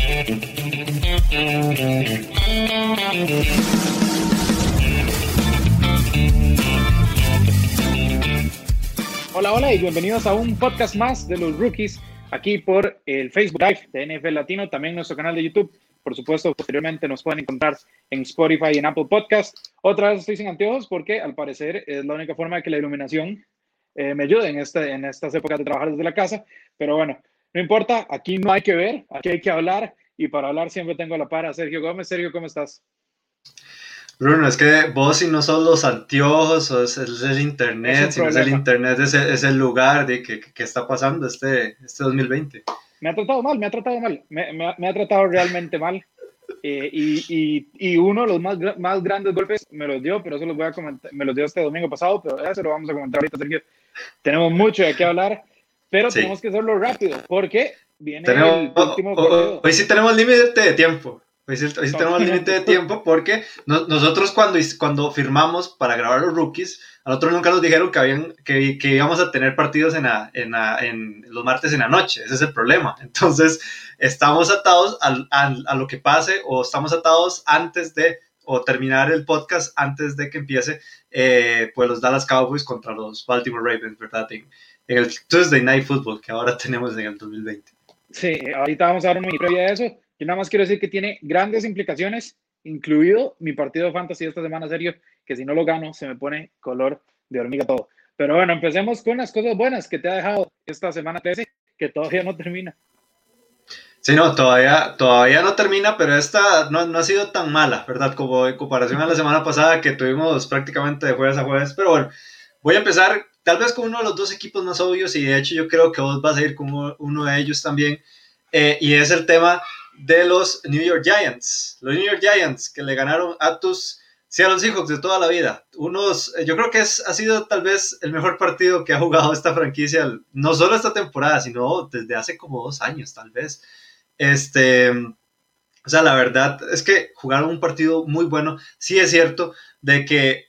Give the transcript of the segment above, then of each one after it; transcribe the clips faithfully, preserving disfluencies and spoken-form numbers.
Hola, hola y bienvenidos a un podcast más de los Rookies, aquí por el Facebook Live de N F L Latino, también nuestro canal de YouTube. Por supuesto, posteriormente nos pueden encontrar en Spotify y en Apple Podcast. Otra vez estoy sin anteojos porque al parecer es la única forma de que la iluminación eh, me ayude en, este, en estas épocas de trabajar desde la casa. Pero bueno, no importa, aquí no hay que ver, aquí hay que hablar. Y para hablar siempre tengo a la par a Sergio Gómez. Sergio, ¿cómo estás? Bruno, es que vos si no son los anteojos, o es, es el internet, Es si no es el internet, es el, es el lugar de que, que está pasando este, este dos mil veinte. Me ha tratado mal, me ha tratado mal, me, me, me ha tratado realmente mal. Eh, y, y, y uno de los más, más grandes golpes me los dio, pero eso los voy a comentar, me los dio este domingo pasado, pero eso lo vamos a comentar ahorita, Sergio. Tenemos mucho de qué hablar, pero Sí. tenemos que hacerlo rápido, porque viene tenemos, el último partido. Hoy sí tenemos límite de tiempo. Hoy sí, hoy sí tenemos límite de tiempo porque no, nosotros cuando, cuando firmamos para grabar los Rookies, a nosotros nunca nos dijeron que, habían, que, que íbamos a tener partidos en, la, en, la, en los martes en la noche. Ese es el problema. Entonces, estamos atados a, a, a lo que pase, o estamos atados antes de, o terminar el podcast antes de que empiece eh, pues los Dallas Cowboys contra los Baltimore Ravens, ¿verdad? En, en el Tuesday Night Football que ahora tenemos en el dos mil veinte. Sí, ahorita vamos a dar una mini previa de eso. Yo nada más quiero decir que tiene grandes implicaciones, incluido mi partido de fantasy esta semana, Sergio, que si no lo gano se me pone color de hormiga todo. Pero bueno, empecemos con las cosas buenas que te ha dejado esta semana trece, que todavía no termina. Sí, no, todavía, todavía no termina, pero esta no, no ha sido tan mala, ¿verdad? Como en comparación a la semana pasada que tuvimos prácticamente de jueves a jueves. Pero bueno, voy a empezar tal vez con uno de los dos equipos más obvios, y de hecho yo creo que vos vas a ir con uno de ellos también, eh, y es el tema de los New York Giants. Los New York Giants que le ganaron a tus Seattle Seahawks de toda la vida. Unos, yo creo que es, ha sido tal vez el mejor partido que ha jugado esta franquicia, no solo esta temporada, sino desde hace como dos años tal vez. Este, o sea, la verdad es que jugaron un partido muy bueno. Sí es cierto de que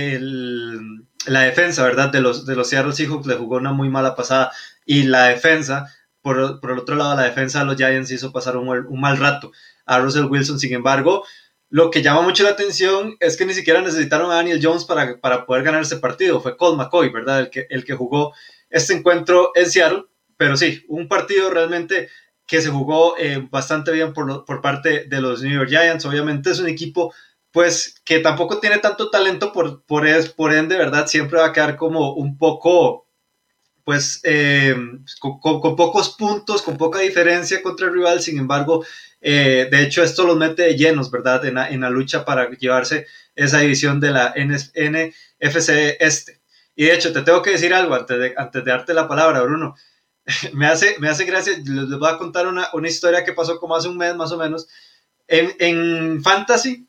el, la defensa, ¿verdad? De los, de los Seattle Seahawks le jugó una muy mala pasada, y la defensa, por, por el otro lado, la defensa de los Giants hizo pasar un, un mal rato a Russell Wilson. Sin embargo, lo que llama mucho la atención es que ni siquiera necesitaron a Daniel Jones para, para poder ganar ese partido. Fue Colt McCoy, ¿verdad? El que, el que jugó este encuentro en Seattle. Pero sí, un partido realmente que se jugó eh, bastante bien por, lo, por parte de los New York Giants. Obviamente es un equipo pues que tampoco tiene tanto talento, por, por, es, por ende, ¿verdad? Siempre va a quedar como un poco, pues, eh, con, con, con pocos puntos, con poca diferencia contra el rival. Sin embargo, eh, de hecho, esto los mete de llenos, ¿verdad? En la, en la lucha para llevarse esa división de la N F C Este. Y de hecho, te tengo que decir algo antes de, antes de darte la palabra, Bruno. me, hace, me hace gracia, les voy a contar una, una historia que pasó como hace un mes más o menos. En, en Fantasy,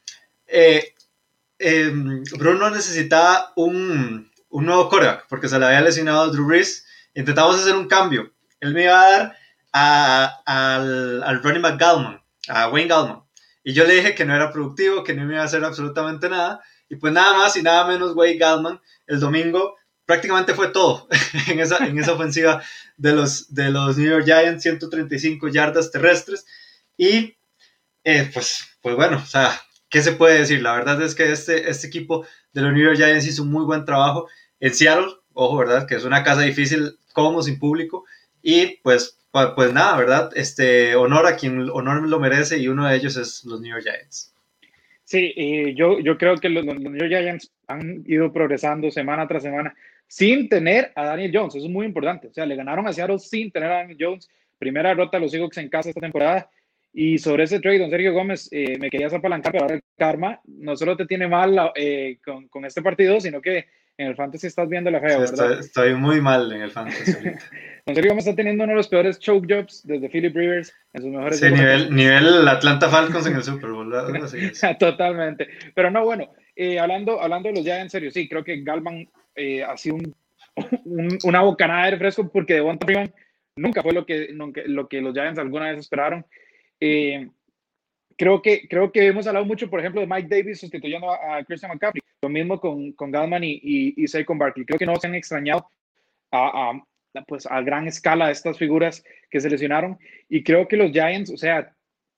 Eh, eh, Bruno necesitaba un, un nuevo quarterback porque se le había lesionado a Drew Brees. Intentamos hacer un cambio. Él me iba a dar a, a, al, al running back Gallman, a Wayne Gallman, y yo le dije que no era productivo, que no me iba a hacer absolutamente nada. Y pues nada más y nada menos, Wayne Gallman el domingo prácticamente fue todo en, esa, en esa ofensiva de los, de los New York Giants. ciento treinta y cinco yardas terrestres. Y eh, pues, pues bueno, o sea, ¿qué se puede decir? La verdad es que este, este equipo de los New York Giants hizo un muy buen trabajo en Seattle. Ojo, ¿verdad? Que es una casa difícil, como sin público. Y pues, pues, pues nada, ¿verdad? Este, honor a quien honor lo merece, y uno de ellos es los New York Giants. Sí, eh, yo, yo creo que los, los New York Giants han ido progresando semana tras semana sin tener a Daniel Jones. Eso es muy importante. O sea, le ganaron a Seattle sin tener a Daniel Jones. Primera derrota de los Seahawks en casa esta temporada. Y sobre ese trade, don Sergio Gómez, eh, me querías apalancar, pero ahora el karma no solo te tiene mal eh, con, con este partido, sino que en el fantasy estás viendo la feo, sí, ¿verdad? Estoy, estoy muy mal en el fantasy. Don Sergio Gómez está teniendo uno de los peores choke jobs desde Philip Rivers en sus mejores sí, nivel, nivel Atlanta Falcons en el Super Bowl. Totalmente. Pero no, bueno, eh, hablando, hablando de los Giants en serio, sí, creo que Gallman eh, ha sido un, un, una bocanada de refresco, porque Devonta Freeman nunca fue lo que, nunca, lo que los Giants alguna vez esperaron. Eh, creo que creo que hemos hablado mucho, por ejemplo, de Mike Davis sustituyendo a, a Christian McCaffrey. Lo mismo con, con Gallman y, y, y Saquon Barkley. Creo que no se han extrañado a, a, pues, a gran escala estas figuras que se lesionaron. Y creo que los Giants, o sea,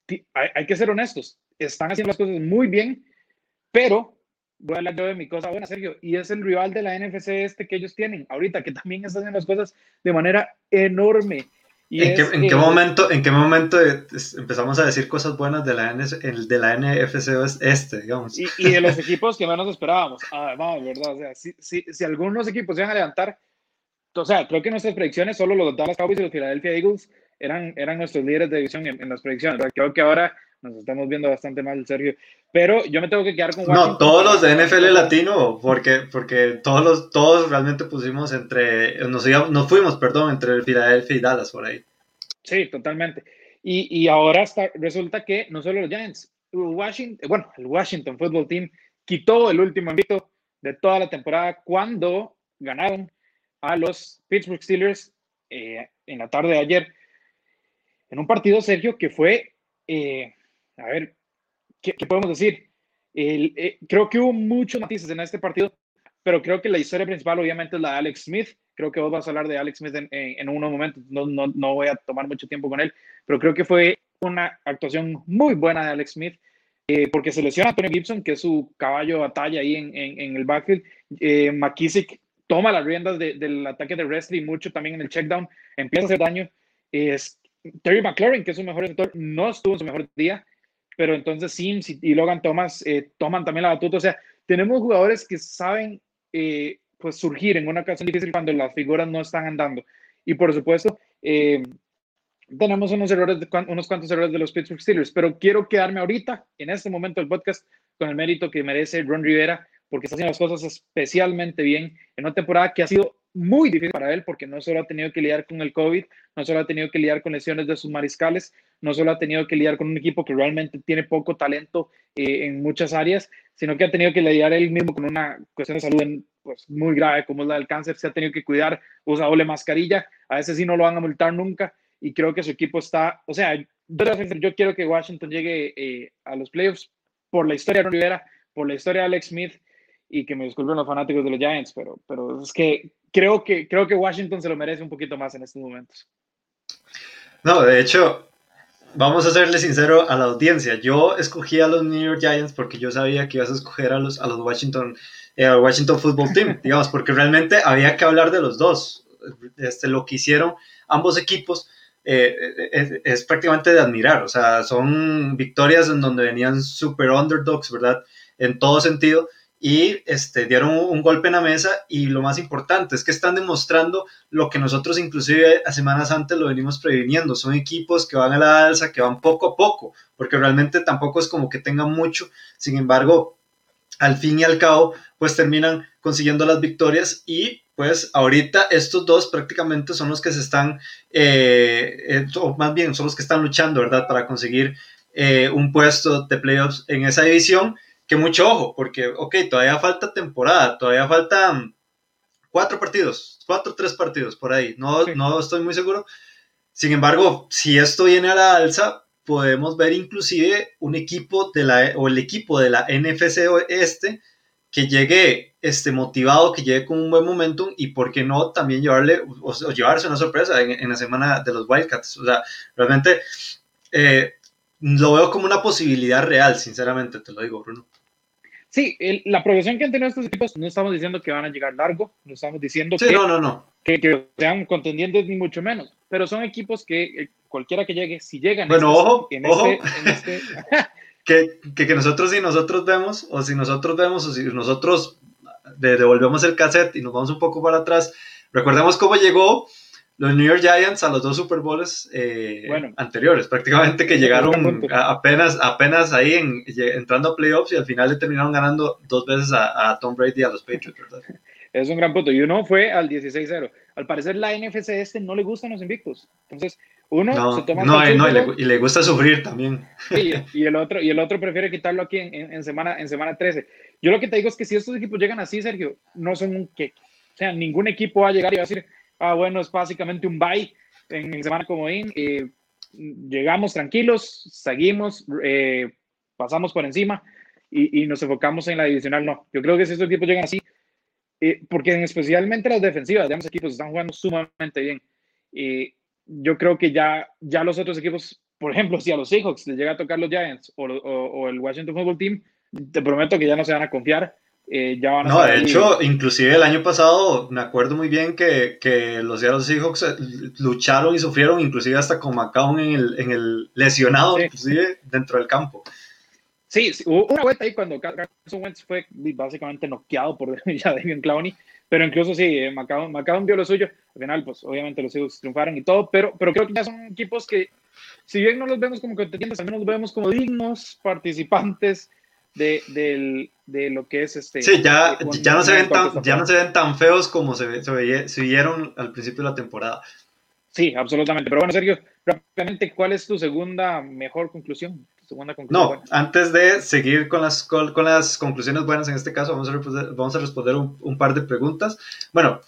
hay, hay que ser honestos, están haciendo las cosas muy bien, pero voy a hablar yo de mi cosa buena, Sergio, y es el rival de la N F C este que ellos tienen ahorita, que también está haciendo las cosas de manera enorme. Y ¿En qué, es, en qué eh, momento, en qué momento empezamos a decir cosas buenas de la, N de la N F C este, digamos? y, y de los equipos que menos esperábamos, además, ¿verdad? O sea, si, si, si algunos equipos se iban a levantar, o sea, creo que nuestras predicciones, solo los Dallas Cowboys y los Philadelphia Eagles eran, eran nuestros líderes de división en, en las predicciones, ¿verdad? Creo que ahora nos estamos viendo bastante mal, Sergio. Pero yo me tengo que quedar con Washington. No, todos para, los de N F L para latino, porque, porque todos, los, todos realmente pusimos entre, nos, íbamos, nos fuimos, perdón, entre Philadelphia y Dallas por ahí. Sí, totalmente. Y, y ahora está, resulta que no solo los Giants, Washington, bueno, el Washington Football Team quitó el último invicto de toda la temporada cuando ganaron a los Pittsburgh Steelers eh, en la tarde de ayer, en un partido, Sergio, que fue, eh, a ver, ¿qué, qué podemos decir? El, eh, creo que hubo muchos matices en este partido, pero creo que la historia principal obviamente es la de Alex Smith. Creo que vos vas a hablar de Alex Smith en, en, en unos momentos, no, no, no voy a tomar mucho tiempo con él, pero creo que fue una actuación muy buena de Alex Smith, eh, porque se lesiona a Tony Gibson, que es su caballo de batalla ahí en, en, en el backfield. Eh, McKissick toma las riendas de, del ataque de wrestling, mucho también en el checkdown, empieza a hacer daño. Es, Terry McLaurin, que es su mejor receptor, no estuvo en su mejor día, pero entonces Sims y, y Logan Thomas eh, toman también la batuta. O sea, tenemos jugadores que saben eh, pues surgir en una ocasión difícil cuando las figuras no están andando. Y por supuesto, eh, tenemos unos errores, de, unos cuantos errores de los Pittsburgh Steelers, pero quiero quedarme ahorita, en este momento del podcast, con el mérito que merece Ron Rivera, porque está haciendo las cosas especialmente bien en una temporada que ha sido muy difícil para él, porque no solo ha tenido que lidiar con el COVID, no solo ha tenido que lidiar con lesiones de sus mariscales, no solo ha tenido que lidiar con un equipo que realmente tiene poco talento eh, en muchas áreas, sino que ha tenido que lidiar él mismo con una cuestión de salud en, pues, muy grave como es la del cáncer. Se ha tenido que cuidar, usa doble mascarilla, a veces sí no lo van a multar nunca, y creo que su equipo está, o sea, yo quiero que Washington llegue eh, a los playoffs por la historia de Ron Rivera, por la historia de Alex Smith, y que me disculpen los fanáticos de los Giants, pero, pero es que creo, que creo que Washington se lo merece un poquito más en estos momentos. No, de hecho, vamos a serle sincero a la audiencia. Yo escogí a los New York Giants porque yo sabía que ibas a escoger a los, a los Washington, eh, Washington Football Team, digamos, porque realmente había que hablar de los dos. Este, lo que hicieron ambos equipos eh, es, es prácticamente de admirar. O sea, son victorias en donde venían super underdogs, ¿verdad? En todo sentido. Y este, dieron un golpe en la mesa, y lo más importante es que están demostrando lo que nosotros inclusive a semanas antes lo venimos previniendo. Son equipos que van a la alza, que van poco a poco, porque realmente tampoco es como que tengan mucho. Sin embargo, al fin y al cabo, pues terminan consiguiendo las victorias, y pues ahorita estos dos prácticamente son los que se están, eh, eh, o más bien son los que están luchando, ¿verdad? Para conseguir eh, un puesto de playoffs en esa división. Que mucho ojo, porque, ok, todavía falta temporada, todavía faltan cuatro partidos, cuatro o tres partidos por ahí, no, sí. no estoy muy seguro. Sin embargo, si esto viene a la alza, podemos ver inclusive un equipo de la, o el equipo de la N F C este, que llegue este, motivado, que llegue con un buen momentum, y por qué no también llevarle, o, o llevarse una sorpresa en, en la semana de los Wildcats. O sea, realmente eh, lo veo como una posibilidad real, sinceramente, te lo digo, Bruno. Sí, el, la progresión que han tenido estos equipos, no estamos diciendo que van a llegar largo, no estamos diciendo sí, que, no, no, no. Que, que sean contendientes ni mucho menos, pero son equipos que eh, cualquiera que llegue, si llegan bueno, este, ojo, en, ojo. Este, en este... que, que, que nosotros si nosotros vemos, o si nosotros vemos, o si nosotros de, devolvemos el cassette y nos vamos un poco para atrás, recordemos cómo llegó los New York Giants a los dos Super Bowls eh, bueno, anteriores, prácticamente, que llegaron a, apenas, apenas ahí en, entrando a playoffs, y al final le terminaron ganando dos veces a, a Tom Brady y a los Patriots, ¿verdad? Es un gran punto. Y uno fue al dieciséis cero. Al parecer la N F C este no le gustan los invictos. Entonces, uno no, se toma... No, no y, le, y le gusta sufrir también. Sí, y el otro, y el otro prefiere quitarlo aquí en, en, en, semana, en semana trece. Yo lo que te digo es que si estos equipos llegan así, Sergio, no son un queque. O sea, ningún equipo va a llegar y va a decir, ah, bueno, es básicamente un bye en, en semana comodín. Eh, llegamos tranquilos, seguimos, eh, pasamos por encima y, y nos enfocamos en la divisional. No, yo creo que si estos equipos llegan así, eh, porque en especialmente las defensivas de ambos equipos están jugando sumamente bien. Eh, yo creo que ya, ya los otros equipos por ejemplo, si a los Seahawks les llega a tocar los Giants o, o, o el Washington Football Team, te prometo que ya no se van a confiar, eh, ya van a No, estar de ahí. hecho, inclusive el año pasado me acuerdo muy bien que, que los Seattle Seahawks eh, lucharon y sufrieron, inclusive hasta con McCown en el, en el lesionado, Sí, inclusive dentro del campo. sí, sí, hubo una vuelta ahí cuando Carson Wentz fue básicamente noqueado por Jadeveon Clowney, pero incluso sí, eh, McCown, McCown dio lo suyo. Al final, pues obviamente los Seahawks triunfaron y todo, pero, pero creo que ya son equipos que, si bien no los vemos como contendientes, al menos los vemos como dignos participantes de, de, de lo que es este Sí, ya, eh, un, ya, no un se ven eventual tan, ya no postemporada. se ven tan feos como se, se, veía- se vieron al principio de la temporada. Sí, absolutamente. Pero bueno, Sergio, rápidamente, ¿cuál es tu segunda mejor conclusión? Tu segunda conclusión No, buena. antes de seguir con las, con, con las conclusiones buenas en este caso, vamos a responder, vamos a responder un, un par de preguntas. Bueno,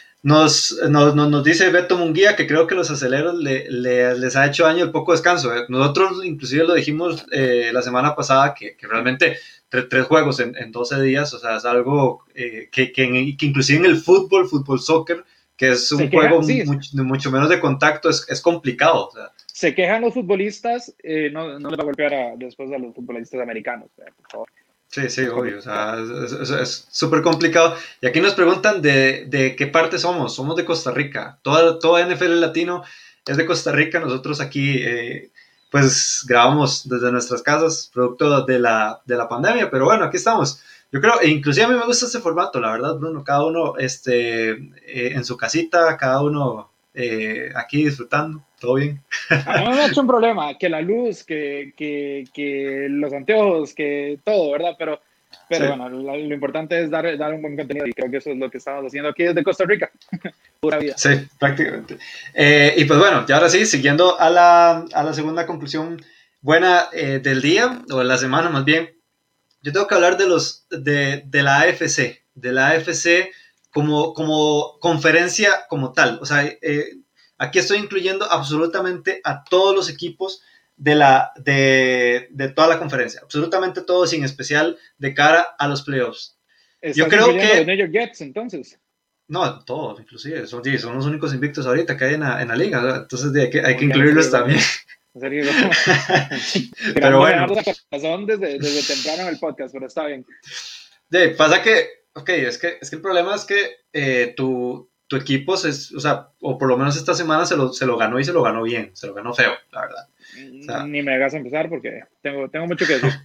Nos, nos, nos, dice Beto Munguía que creo que los aceleros le, le, les ha hecho daño el poco descanso. Nosotros inclusive lo dijimos eh, la semana pasada que, que realmente tres, tres juegos en, en doce días, o sea, es algo eh, que, que, que inclusive en el fútbol, fútbol soccer, que es Se un queja, juego sí, mucho, mucho menos de contacto, es, es complicado. O sea. se quejan los futbolistas, eh, no, no les va a golpear a, después a los futbolistas americanos, eh, por favor. Sí, sí, obvio, o sea, es súper complicado. Y aquí nos preguntan de, de qué parte somos. Somos de Costa Rica. Toda, toda N F L Latino es de Costa Rica. Nosotros aquí, eh, pues, grabamos desde nuestras casas, producto de la, de la pandemia. Pero bueno, aquí estamos. Yo creo, e inclusive a mí me gusta este formato, la verdad, Bruno. Cada uno este, eh, en su casita, cada uno eh, aquí disfrutando. Todo bien. A mí no me ha hecho un problema, que la luz, que, que, que los anteojos, que todo, ¿verdad? Pero, pero Sí. bueno, lo, lo importante es dar, dar un buen contenido y creo que eso es lo que estamos haciendo aquí desde Costa Rica. Pura vida. Sí, prácticamente. Eh, y pues bueno, y ahora sí, siguiendo a la, a la segunda conclusión buena eh, del día, o de la semana más bien, yo tengo que hablar de, los, de, de la A F C, de la A F C como, como conferencia como tal. O sea, eh, aquí estoy incluyendo absolutamente a todos los equipos de, la, de, de toda la conferencia, absolutamente todos, sin especial de cara a los playoffs. Yo ¿Estás creo incluyendo a los que New York Jets entonces? no, todos, inclusive, son, sí, son los únicos invictos ahorita que hay en la, en la liga, ¿verdad? Entonces hay que, hay que Muy bien, incluirlos Sergio también. Gómez. Sergio Gómez. Pero Tirándome bueno, dardos a corazón desde, desde temprano en el podcast, pero está bien. de, pasa que, ok, es que, es que el problema es que eh, tu, tu equipo, se, o sea, o por lo menos esta semana se lo, se lo ganó y se lo ganó bien, se lo ganó feo, la verdad. O sea, Ni me hagas empezar porque tengo, tengo mucho que decir.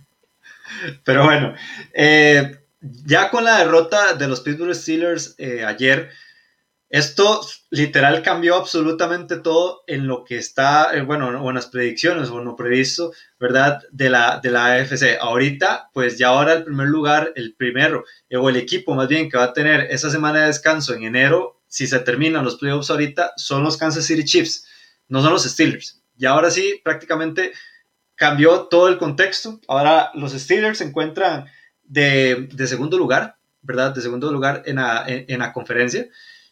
pero bueno, eh, ya con la derrota de los Pittsburgh Steelers eh, ayer, esto literal cambió absolutamente todo en lo que está, eh, bueno, o en las predicciones o en lo previsto, ¿verdad? De la, de la A F C. Ahorita, pues ya ahora el primer lugar, el primero, eh, o el equipo más bien que va a tener esa semana de descanso en enero, si se terminan los playoffs ahorita, son los Kansas City Chiefs, no son los Steelers. Y ahora sí, prácticamente cambió todo el contexto. Ahora los Steelers se encuentran de, de segundo lugar, ¿verdad? De segundo lugar en la, en, en la conferencia.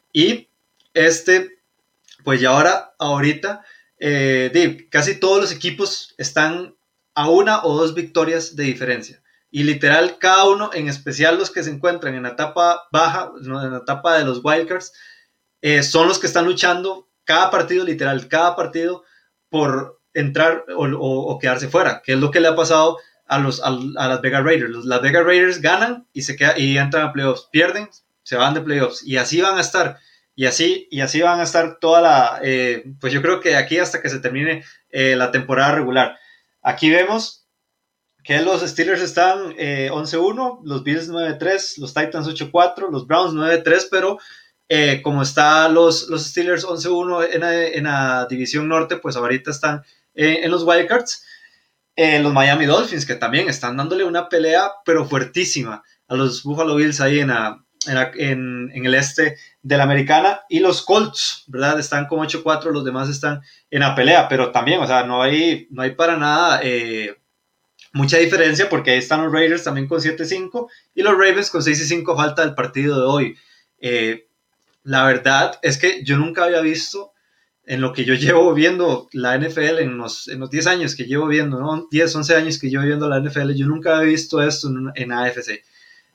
Y este, pues ya ahora, ahorita, eh, de, casi todos los equipos están a una o dos victorias de diferencia. Y literal, cada uno, en especial los que se encuentran en la etapa baja, ¿no? En la etapa de los wildcards, eh, son los que están luchando cada partido, literal, cada partido por entrar o, o, o quedarse fuera, que es lo que le ha pasado a, los, a, a las Vegas Raiders. Los, las Vegas Raiders ganan y, se queda, y entran a playoffs, pierden, se van de playoffs y así van a estar y así, y así van a estar toda la, eh, pues yo creo que aquí hasta que se termine eh, la temporada regular. Aquí vemos que los Steelers están eh, once uno, los Bills nueve tres, los Titans ocho cuatro, los Browns nueve tres, pero eh, como están los, los Steelers once uno en, en la división norte, pues ahorita están eh, en los wildcards. Eh, los Miami Dolphins, que también están dándole una pelea, pero fuertísima, a los Buffalo Bills ahí en, la, en, la, en, en el este de la americana, y los Colts, ¿verdad? Están con ocho cuatro, los demás están en la pelea, pero también, o sea, no hay, no hay para nada eh, mucha diferencia, porque ahí están los Raiders también con siete cinco, y los Ravens con seis cinco, falta del partido de hoy. Eh, la verdad es que yo nunca había visto, en lo que yo llevo viendo la N F L, en los, en los diez años que llevo viendo, ¿no? diez, once años que llevo viendo la N F L, yo nunca había visto esto en, en A F C.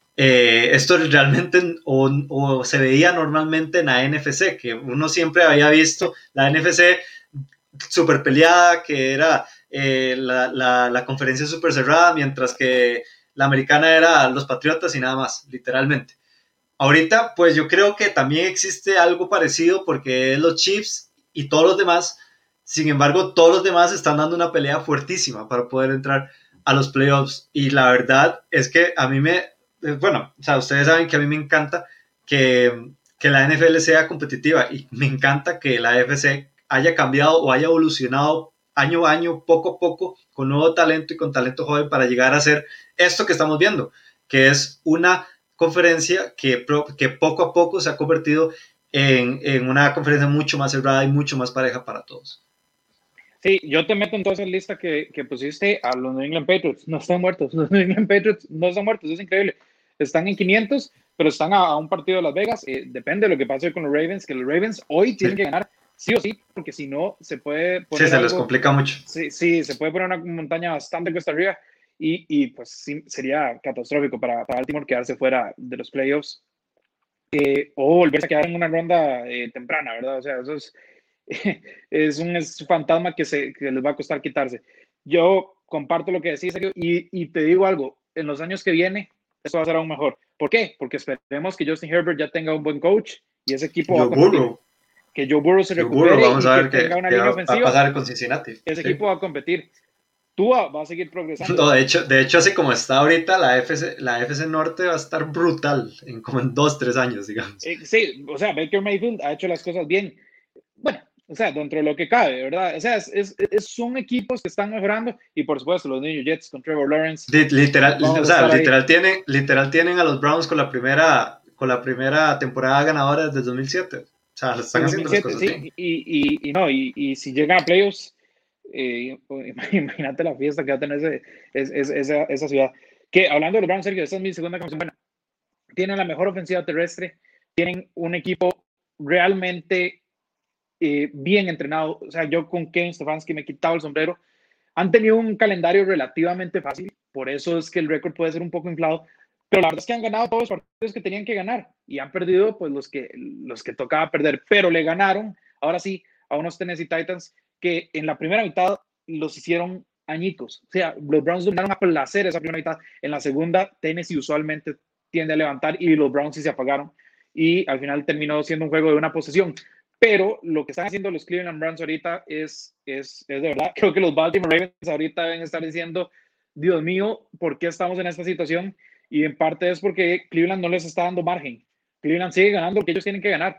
Eh, esto realmente o, o se veía normalmente en la N F C, que uno siempre había visto la N F C súper peleada, que era eh, la, la, la conferencia súper cerrada, mientras que la americana era los Patriotas y nada más, literalmente. Ahorita, pues yo creo que también existe algo parecido porque es los Chiefs y todos los demás. Sin embargo, todos los demás están dando una pelea fuertísima para poder entrar a los playoffs. Y la verdad es que a mí me, bueno, o sea, ustedes saben que a mí me encanta que, que la N F L sea competitiva y me encanta que la A F C haya cambiado o haya evolucionado año a año, poco a poco, con nuevo talento y con talento joven para llegar a ser esto que estamos viendo, que es una conferencia que, que poco a poco se ha convertido en, en una conferencia mucho más cerrada y mucho más pareja para todos. Sí, yo te meto en toda esa lista que, que pusiste a los New England Patriots. No están muertos. Los New England Patriots no están muertos. Es increíble. Están en quinientos, pero están a, a un partido de Las Vegas. Eh, depende de lo que pase con los Ravens, que los Ravens hoy tienen sí. que ganar sí o sí, porque si no se puede poner Sí, se algo, les complica mucho. Sí, sí, se puede poner una montaña bastante cuesta arriba y, y pues sí, sería catastrófico para, para Baltimore quedarse fuera de los playoffs eh, o volverse a quedar en una ronda eh, temprana, ¿verdad? O sea, eso es es un, es un fantasma que, se, que les va a costar quitarse. Yo comparto lo que decís, Sergio, y, y te digo algo, en los años que viene, esto va a ser aún mejor. ¿Por qué? Porque esperemos que Justin Herbert ya tenga un buen coach y ese equipo Joe va a competir. Burrow. Que Joe Burrow se Joe recupere Burrow, vamos y a que ver tenga qué, una qué línea va, ofensiva. va a pasar con Cincinnati. Ese sí. equipo va a competir. Tua va a seguir progresando. No, de hecho, de hecho, así como está ahorita, la F C, la F C Norte va a estar brutal en como en dos, tres años, digamos. Eh, sí, o sea, Baker Mayfield ha hecho las cosas bien. Bueno, o sea, dentro de lo que cabe, ¿verdad? O sea, es, es, es, son equipos que están mejorando y por supuesto los New York Jets con Trevor Lawrence. Literal, o sea, literal tienen, literal tienen a los Browns con la primera, con la primera temporada ganadora desde dos mil siete. O sea, están sí, haciendo dos mil siete, las cosas sí, bien. Y, y, y, no, y, y si llegan a playoffs, eh, imagínate la fiesta que va a tener ese, ese, esa, esa ciudad. Que hablando de los Browns, Sergio, esta es mi segunda canción buena. Tienen la mejor ofensiva terrestre, tienen un equipo realmente eh, bien entrenado. O sea, yo con Kevin Stefanski me he quitado el sombrero. Han tenido un calendario relativamente fácil, por eso es que el récord puede ser un poco inflado, pero la verdad es que han ganado todos los partidos que tenían que ganar y han perdido pues los que, los que tocaba perder, pero le ganaron, ahora sí, a unos Tennessee Titans que en la primera mitad los hicieron añicos. O sea, los Browns dominaron a placer esa primera mitad. En la segunda, Tennessee usualmente tiende a levantar y los Browns sí se apagaron y al final terminó siendo un juego de una posesión. Pero lo que están haciendo los Cleveland Browns ahorita es, es, es de verdad, creo que los Baltimore Ravens ahorita deben estar diciendo, Dios mío, ¿por qué estamos en esta situación? Y en parte es porque Cleveland no les está dando margen. Cleveland sigue ganando lo que ellos tienen que ganar.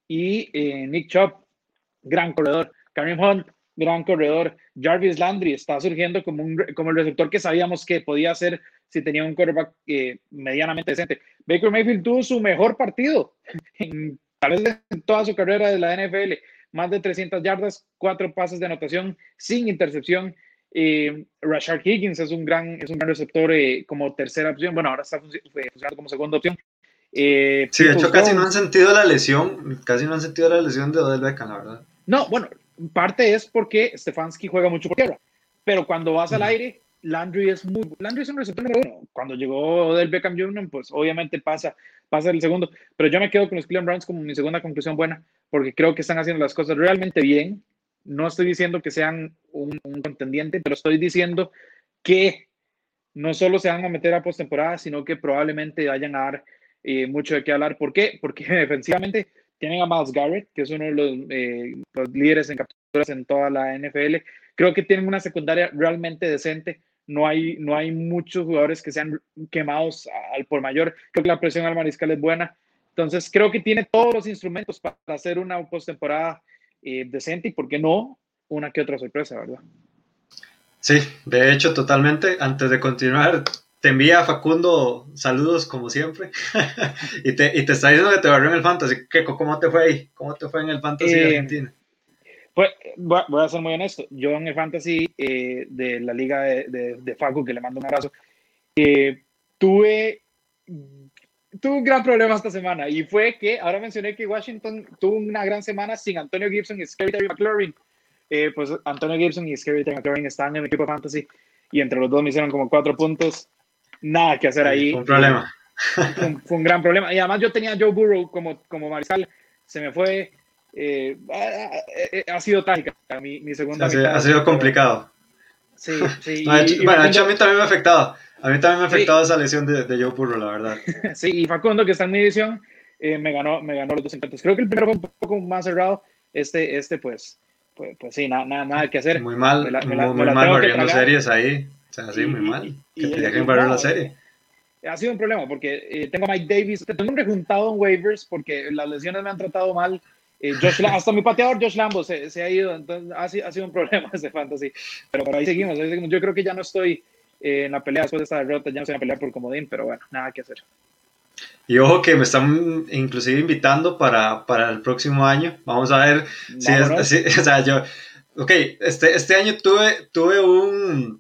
Y eh, Nick Chubb, gran corredor. Kareem Hunt, gran corredor. Jarvis Landry está surgiendo como, un, como el receptor que sabíamos que podía ser si tenía un quarterback eh, medianamente decente. Baker Mayfield tuvo su mejor partido en tal vez en toda su carrera de la N F L, más de trescientas yardas, cuatro pases de anotación sin intercepción. Eh, Rashard Higgins es un gran, es un gran receptor eh, como tercera opción. Bueno, ahora está funcionando como segunda opción. Eh, sí, de hecho casi Jones. no han sentido la lesión, casi no han sentido la lesión de Odell Beckham, la verdad. No, bueno, parte es porque Stefanski juega mucho por tierra, pero cuando vas uh-huh. al aire, Landry es muy, Landry es un receptor número uno. Cuando llegó Odell Beckham junior, pues obviamente pasa, pasa el segundo, pero yo me quedo con los Cleveland Browns como mi segunda conclusión buena, porque creo que están haciendo las cosas realmente bien. No estoy diciendo que sean un, un contendiente, pero estoy diciendo que no solo se van a meter a postemporada, sino que probablemente vayan a dar eh, mucho de qué hablar. ¿Por qué? Porque defensivamente tienen a Myles Garrett, que es uno de los, eh, los líderes en capturas en toda la N F L. Creo que tienen una secundaria realmente decente. No hay, no hay muchos jugadores que sean quemados al por mayor. Creo que la presión al mariscal es buena. Entonces, creo que tiene todos los instrumentos para hacer una postemporada eh, decente y, ¿por qué no? Una que otra sorpresa, ¿verdad? Sí, de hecho, totalmente. Antes de continuar, te envía Facundo saludos como siempre y, te, y te está diciendo que te barrió en el Fantasy. ¿Qué, ¿Cómo te fue ahí? ¿Cómo te fue en el Fantasy eh, Argentina? Pues, voy a ser muy honesto. Yo en el Fantasy eh, de la liga de, de, de Facu, que le mando un abrazo, eh, tuve, tuve un gran problema esta semana y fue que ahora mencioné que Washington tuvo una gran semana sin Antonio Gibson y Scary Terry McLaurin. Eh, pues Antonio Gibson y Scary Terry McLaurin están en el equipo de Fantasy y entre los dos me hicieron como cuatro puntos. Nada que hacer ahí. Fue un problema. Fue un, fue un gran problema. Y además yo tenía a Joe Burrow como, como mariscal. Se me fue. eh, ha, ha, sido trágica mi, mi segunda ha sido, mitad. Ha sido complicado. Sí, sí. No, de hecho, y, y bueno, de hecho, Facundo, a mí también me ha afectado. A mí también me ha afectado sí, esa lesión de, de Joe Burrow, la verdad. Sí, y Facundo, que está en mi edición, eh, me, ganó, me ganó los dos encuentros. Creo que el primero fue un poco más cerrado. Este, este pues, pues, pues sí, nada, nada, nada que hacer. Muy Me mal, la, me la, muy, me muy la mal tengo que barriendo tragar. series ahí. O sea, sí, muy Y, mal. y, Que y, tenía que y barrer la no, serie. ha sido un problema porque eh, tengo a Mike Davis, tengo un rejuntado en waivers porque las lesiones me han tratado mal. Eh, Josh, hasta mi pateador Josh Lambo se, se ha ido, entonces ha, ha, sido un problema ese fantasy. Pero, pero ahí, seguimos, ahí seguimos. Yo creo que ya no estoy eh, en la pelea después de esta derrota, ya no estoy en la pelea por comodín, pero bueno, nada que hacer. Y ojo que me están inclusive invitando para, para el próximo año. Vamos a ver si es... Vámonos. Si, o sea, yo... Ok, este, este año tuve, tuve un,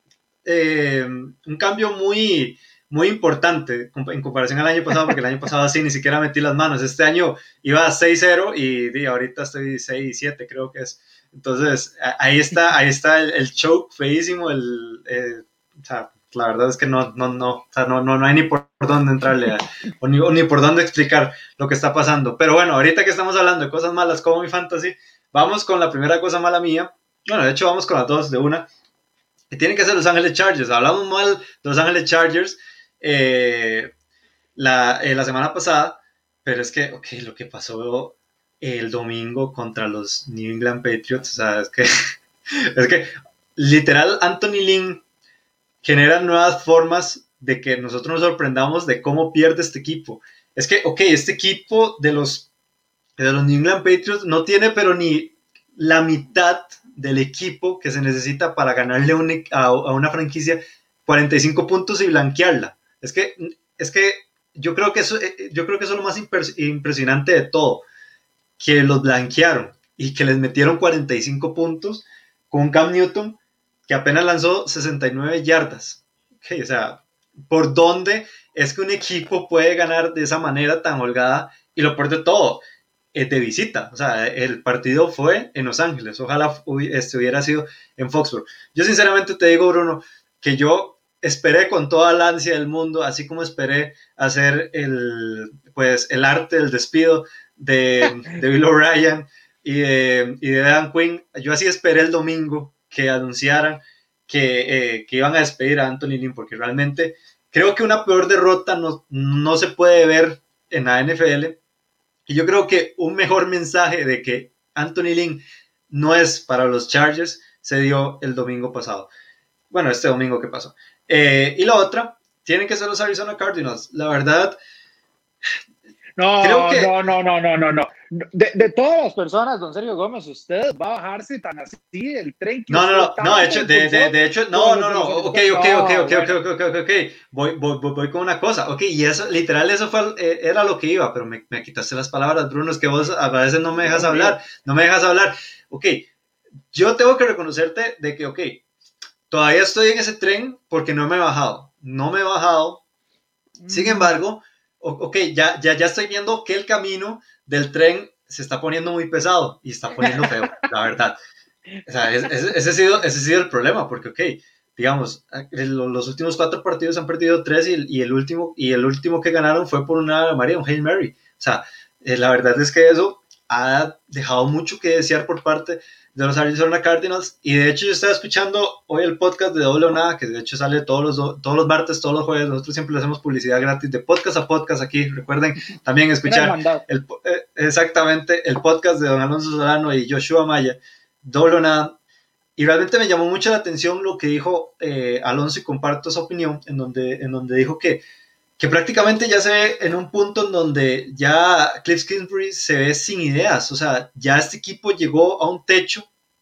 eh, un cambio muy, muy importante en comparación al año pasado, porque el año pasado así ni siquiera metí las manos. Este año iba a seis cero y, y ahorita estoy seis siete, creo que es. Entonces, ahí está, ahí está el, el choke feísimo, el... Eh, o sea, la verdad es que no, no, no, o sea, no, no, no hay ni por dónde entrarle a, o, ni, o ni por dónde explicar lo que está pasando. Pero bueno, ahorita que estamos hablando de cosas malas como mi fantasy, vamos con la primera cosa mala mía. Bueno, de hecho vamos con las dos de una. Que tienen que ser Los Ángeles Chargers. Hablamos mal de Los Ángeles Chargers eh, la, eh, la semana pasada, pero es que, ok, lo que pasó el domingo contra los New England Patriots, o sea, es que, es que literal Anthony Lynn genera nuevas formas de que nosotros nos sorprendamos de cómo pierde este equipo. Es que, ok, este equipo de los, de los New England Patriots no tiene pero ni la mitad del equipo que se necesita para ganarle un, a, a una franquicia cuarenta y cinco puntos y blanquearla. Es que, es que yo creo que eso, yo creo que eso es lo más impresionante de todo, que los blanquearon y que les metieron cuarenta y cinco puntos con Cam Newton, que apenas lanzó sesenta y nueve yardas. Okay, o sea, ¿por dónde es que un equipo puede ganar de esa manera tan holgada? Y lo peor de todo, es de visita. O sea, el partido fue en Los Ángeles. Ojalá este hubiera sido en Foxborough. Yo sinceramente te digo, Bruno, que yo esperé con toda la ansia del mundo, así como esperé hacer el, pues, el arte del despido de, de Bill O'Brien y de, y de Dan Quinn. Yo así esperé el domingo que anunciaran que, eh, que iban a despedir a Anthony Lynn, porque realmente creo que una peor derrota no, no se puede ver en la N F L. Y yo creo que un mejor mensaje de que Anthony Lynn no es para los Chargers se dio el domingo pasado. Bueno, este domingo que pasó. Eh, y la otra, tienen que ser los Arizona Cardinals. La verdad, creo No, que... no, no, no, no, no, no. De, de todas las personas, don Sergio Gómez, usted va a bajarse tan así del tren que No, no, usted no, no, de tanto hecho, de, de, impulsó de hecho, no, con no, los de no, los ok, Arizona. ok, ok, No, ok, ok, bueno. ok, ok, ok, voy, voy, voy, voy con una cosa, ok, y eso, literal, eso fue, eh, era lo que iba, pero me, me quitaste las palabras, Bruno, es que vos a veces no me dejas Dios mío. hablar, no me dejas hablar, ok, yo tengo que reconocerte de que, ok, todavía estoy en ese tren porque no me he bajado, no me he bajado, sin Mm. embargo, ok, ya, ya, ya estoy viendo que el camino del tren se está poniendo muy pesado y está poniendo feo, la verdad. O sea, ese, ese, ha sido, ese ha sido el problema, porque, ok, digamos, los últimos cuatro partidos han perdido tres y, y, el, último, y el último que ganaron fue por una María, un Hail Mary. O sea, eh, la verdad es que eso ha dejado mucho que desear por parte de los Arizona Cardinals. Y de hecho, yo estaba escuchando hoy el podcast de Doble o Nada, que de hecho sale todos los, todos los martes, todos los jueves. Nosotros siempre le hacemos publicidad gratis de podcast a podcast aquí. Recuerden también escuchar el, eh, exactamente el podcast de Don Alonso Solano y Joshua Maya. Doble o Nada. Y realmente me llamó mucho la atención lo que dijo eh, Alonso, y comparto esa opinión, en donde, en donde dijo que, que prácticamente ya se ve en un punto en donde ya Cliff Kingsbury se ve sin ideas. O sea, ya este equipo llegó a un techo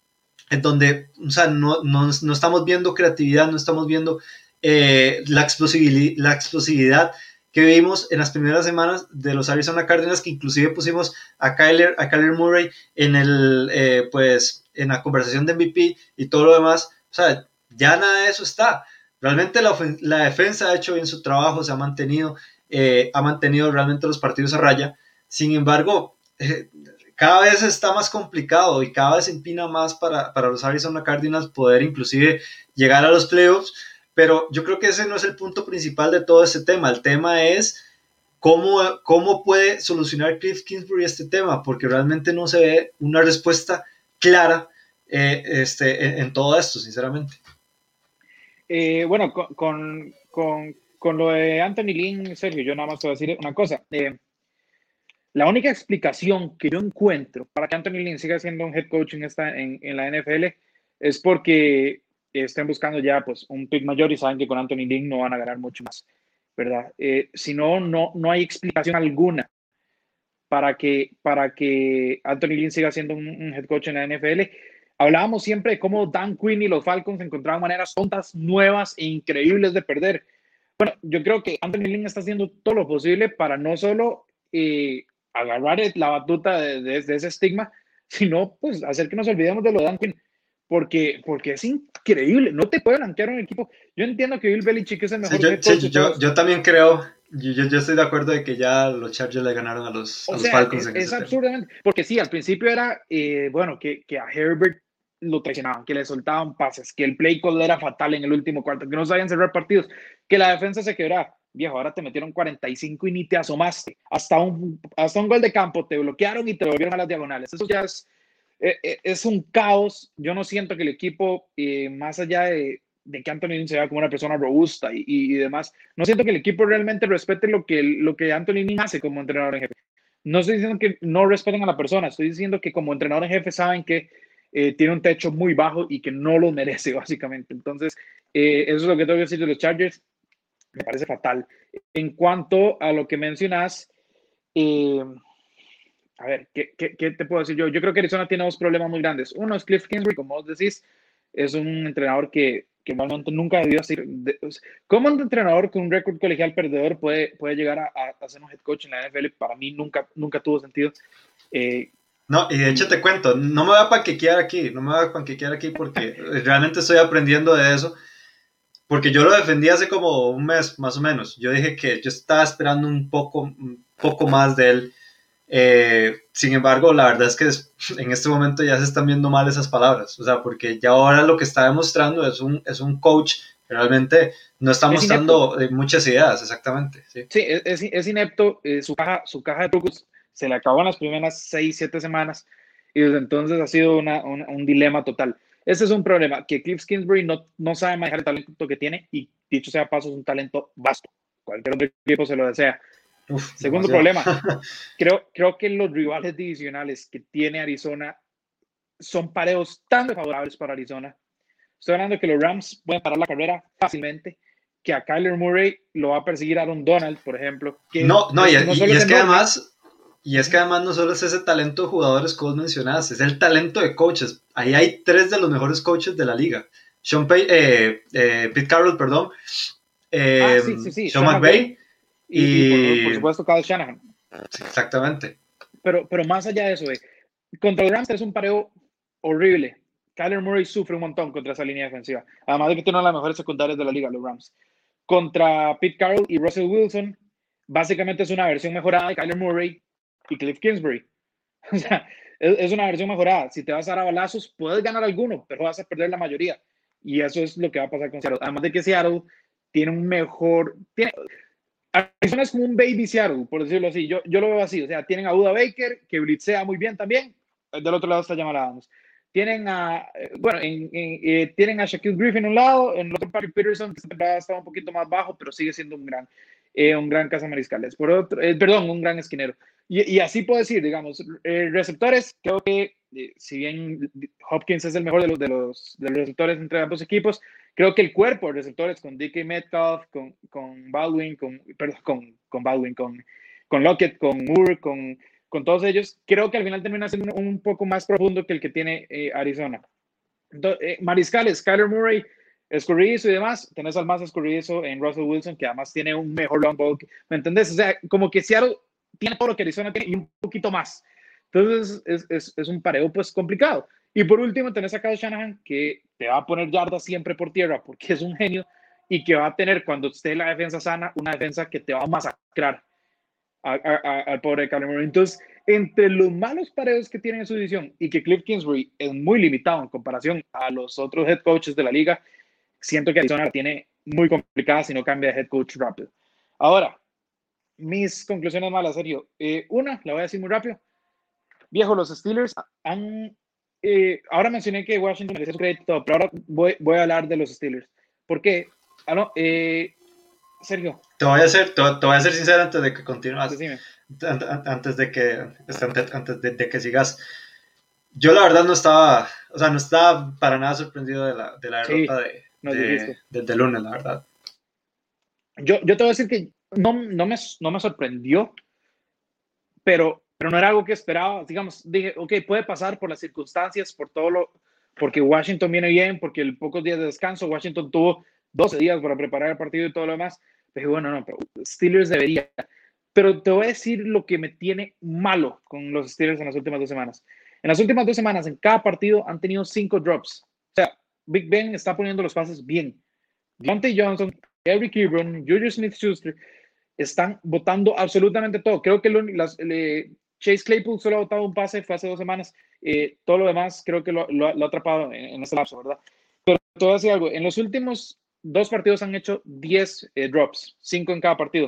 en donde, o sea, no, no, no estamos viendo creatividad, no estamos viendo eh, la, explosividad, la explosividad que vimos en las primeras semanas de los Arizona Cardinals, que inclusive pusimos a Kyler, a Kyler Murray en el, eh, pues, en la conversación de M V P y todo lo demás. O sea, ya nada de eso está. Realmente la, la defensa ha hecho bien su trabajo, se ha mantenido, eh, ha mantenido realmente los partidos a raya. Sin embargo, eh, cada vez está más complicado y cada vez se empina más para, para los Arizona Cardinals poder inclusive llegar a los playoffs. Pero yo creo que ese no es el punto principal de todo este tema. El tema es ¿cómo, cómo puede solucionar Cliff Kingsbury este tema? Porque realmente no se ve una respuesta clara eh, este, en, en todo esto, sinceramente. Eh, bueno, con, con, con, con, lo de Anthony Lynn, Sergio, yo nada más te voy a decir una cosa. Eh, la única explicación que yo encuentro para que Anthony Lynn siga siendo un head coach en, esta, en, en la N F L es porque estén buscando ya pues, un pick mayor y saben que con Anthony Lynn no van a ganar mucho más, ¿verdad? Eh, si no, no, no hay explicación alguna para que, para que Anthony Lynn siga siendo un, un head coach en la N F L. Hablábamos siempre de cómo Dan Quinn y los Falcons encontraban maneras tontas, nuevas e increíbles de perder. Bueno, yo creo que Anthony Lynn está haciendo todo lo posible para no solo eh, agarrar la batuta de, de, de, ese estigma, sino pues hacer que nos olvidemos de lo de Dan Quinn, porque, porque es increíble, no te puede blanquear un equipo. Yo entiendo que Bill Belichick es el mejor sí, yo, head coach sí, de yo, todos. yo también creo, yo, yo estoy de acuerdo de que ya los Chargers le ganaron a los, O a los sea, Falcons es, en es ese absurdamente, tema. porque sí, al principio era, eh, bueno, que, que a Herbert lo traicionaban, que le soltaban pases, que el play call era fatal en el último cuarto, que no sabían cerrar partidos, que la defensa se quebraba. Viejo, ahora te metieron cuarenta y cinco y ni te asomaste. Hasta un, hasta un gol de campo te bloquearon y te volvieron a las diagonales. Eso ya es, eh, es un caos. Yo no siento que el equipo, eh, más allá de, de que Anthony Lynn se vea como una persona robusta y, y, y demás, no siento que el equipo realmente respete lo que, lo que Anthony Lynn hace como entrenador en jefe. No estoy diciendo que no respeten a la persona, estoy diciendo que como entrenador en jefe saben que eh, tiene un techo muy bajo y que no lo merece, básicamente. Entonces, eh, eso es lo que tengo que decir de los Chargers. Me parece fatal. En cuanto a lo que mencionas, eh, a ver, ¿qué, qué, ¿qué te puedo decir yo? Yo creo que Arizona tiene dos problemas muy grandes. Uno es Cliff Kingsbury, como vos decís, es un entrenador que, que realmente nunca debió ser. De, o sea, ¿cómo un entrenador con un récord colegial perdedor puede, puede llegar a, a, ser un head coach en la N F L? Para mí nunca, nunca tuvo sentido. Eh, No, y de hecho te cuento, no me voy a panquequear aquí, no me voy a panquequear aquí porque realmente estoy aprendiendo de eso, porque yo lo defendí hace como un mes más o menos. Yo dije que yo estaba esperando un poco, un poco más de él. Eh, sin embargo, la verdad es que en este momento ya se están viendo mal esas palabras, o sea, porque ya ahora lo que está demostrando es un, es un coach que realmente no está es mostrando inepto. muchas ideas, exactamente. Sí, Sí, es, es inepto. Eh, su, caja, su caja de trucos se le acabó en las primeras seis, siete semanas y desde entonces ha sido una, una, un dilema total. Ese es un problema, que Cliff Kingsbury no, no sabe manejar el talento que tiene y, dicho sea paso, es un talento vasto. Cualquier otro equipo se lo desea. Uf, Segundo demasiado. problema, creo, creo que los rivales divisionales que tiene Arizona son pareos tan desfavorables para Arizona. Estoy hablando de que los Rams pueden parar la carrera fácilmente, que a Kyler Murray lo va a perseguir Aaron Donald, por ejemplo, que No, no, y, es, no y, solo y es es que enorme. además, y es que además no solo es ese talento de jugadores que vos mencionaste, es el talento de coaches. Ahí hay tres de los mejores coaches de la liga. Sean Pay, eh, eh, Pete Carroll, perdón, Ah, eh, sí, sí, sí, Sean Sean McVay McVay y, y por, por, y... supuesto Kyle Shanahan. Sí, exactamente. Pero, pero más allá de eso, eh, contra los Rams es un pareo horrible. Kyler Murray sufre un montón contra esa línea defensiva. Además de que tiene una de las mejores secundarias de la liga, los Rams. Contra Pete Carroll y Russell Wilson, básicamente es una versión mejorada de Kyler Murray y Cliff Kingsbury. O sea, es, es una versión mejorada. Si te vas a dar a balazos, puedes ganar alguno, pero vas a perder la mayoría. Y eso es lo que va a pasar con Seattle. Además de que Seattle tiene un mejor... Tiene, Arizona es como un baby Seattle, por decirlo así. Yo, yo lo veo así. O sea, tienen a Buda Baker, que blitzea muy bien también. Del otro lado está Jamal Adams. Tienen a, bueno, en, en, eh, tienen a Shaquille Griffin en un lado, en el otro Patrick Peterson, que esta temporada está un poquito más bajo, pero sigue siendo un gran, eh, un gran cazamariscales. Por otro, eh, perdón, un gran esquinero. Y, y, así puedo decir, digamos, eh, receptores, creo que eh, si bien Hopkins es el mejor de los, de, los, de los receptores entre ambos equipos, creo que el cuerpo de receptores con D K Metcalf, con, con Baldwin, con, perdón, con, con Baldwin, con, con Lockett, con Moore, con, con todos ellos, creo que al final termina siendo un, un poco más profundo que el que tiene eh, Arizona. Entonces, eh, mariscales, Kyler Murray, escurridizo y demás, tenés al más escurridizo en Russell Wilson, que además tiene un mejor long ball, ¿me entendés? O sea, como que Seattle tiene todo lo que Arizona tiene y un poquito más. Entonces, es, es, es un pareo pues complicado. Y por último, tenés a Kyle Shanahan, que te va a poner yardas siempre por tierra, porque es un genio, y que va a tener, cuando esté la defensa sana, una defensa que te va a masacrar al pobre Kyler Murray. Entonces, entre los malos pareos que tiene en su división y que Cliff Kingsbury es muy limitado en comparación a los otros head coaches de la liga, siento que Arizona la tiene muy complicada si no cambia de head coach rápido. Ahora, mis conclusiones malas, Sergio. Eh, una, la voy a decir muy rápido. Viejo, los Steelers han... Eh, ahora mencioné que Washington merece su crédito, pero ahora voy, voy a hablar de los Steelers. ¿Por qué? Ah, no, eh, Sergio. Te voy a ser, te, te voy a ser sincero antes de que continúes. Decime. Antes de que, antes, antes de, de que sigas. Yo la verdad no estaba, o sea, no estaba para nada sorprendido de la, de la derrota Sí, de, no de, de, de lunes, la verdad. Yo, yo te voy a decir que no, no, me, no me sorprendió, pero, pero no era algo que esperaba. Digamos, dije, ok, puede pasar por las circunstancias, por todo lo, porque Washington viene bien, porque el pocos días de descanso, Washington tuvo doce días para preparar el partido y todo lo demás. Dije, bueno, no, pero Steelers debería. Pero te voy a decir lo que me tiene malo con los Steelers en las últimas dos semanas. En las últimas dos semanas, en cada partido han tenido cinco drops. O sea, Big Ben está poniendo los pases bien. Deontay Johnson, Eric Ebron, Juju Smith-Schuster están votando absolutamente todo. Creo que lo, las, le, Chase Claypool solo ha votado un pase, fue hace dos semanas. Eh, todo lo demás creo que lo, lo, lo ha atrapado en, en este lapso, ¿verdad? Pero te voy a decir algo. En los últimos dos partidos han hecho diez eh, drops, cinco en cada partido.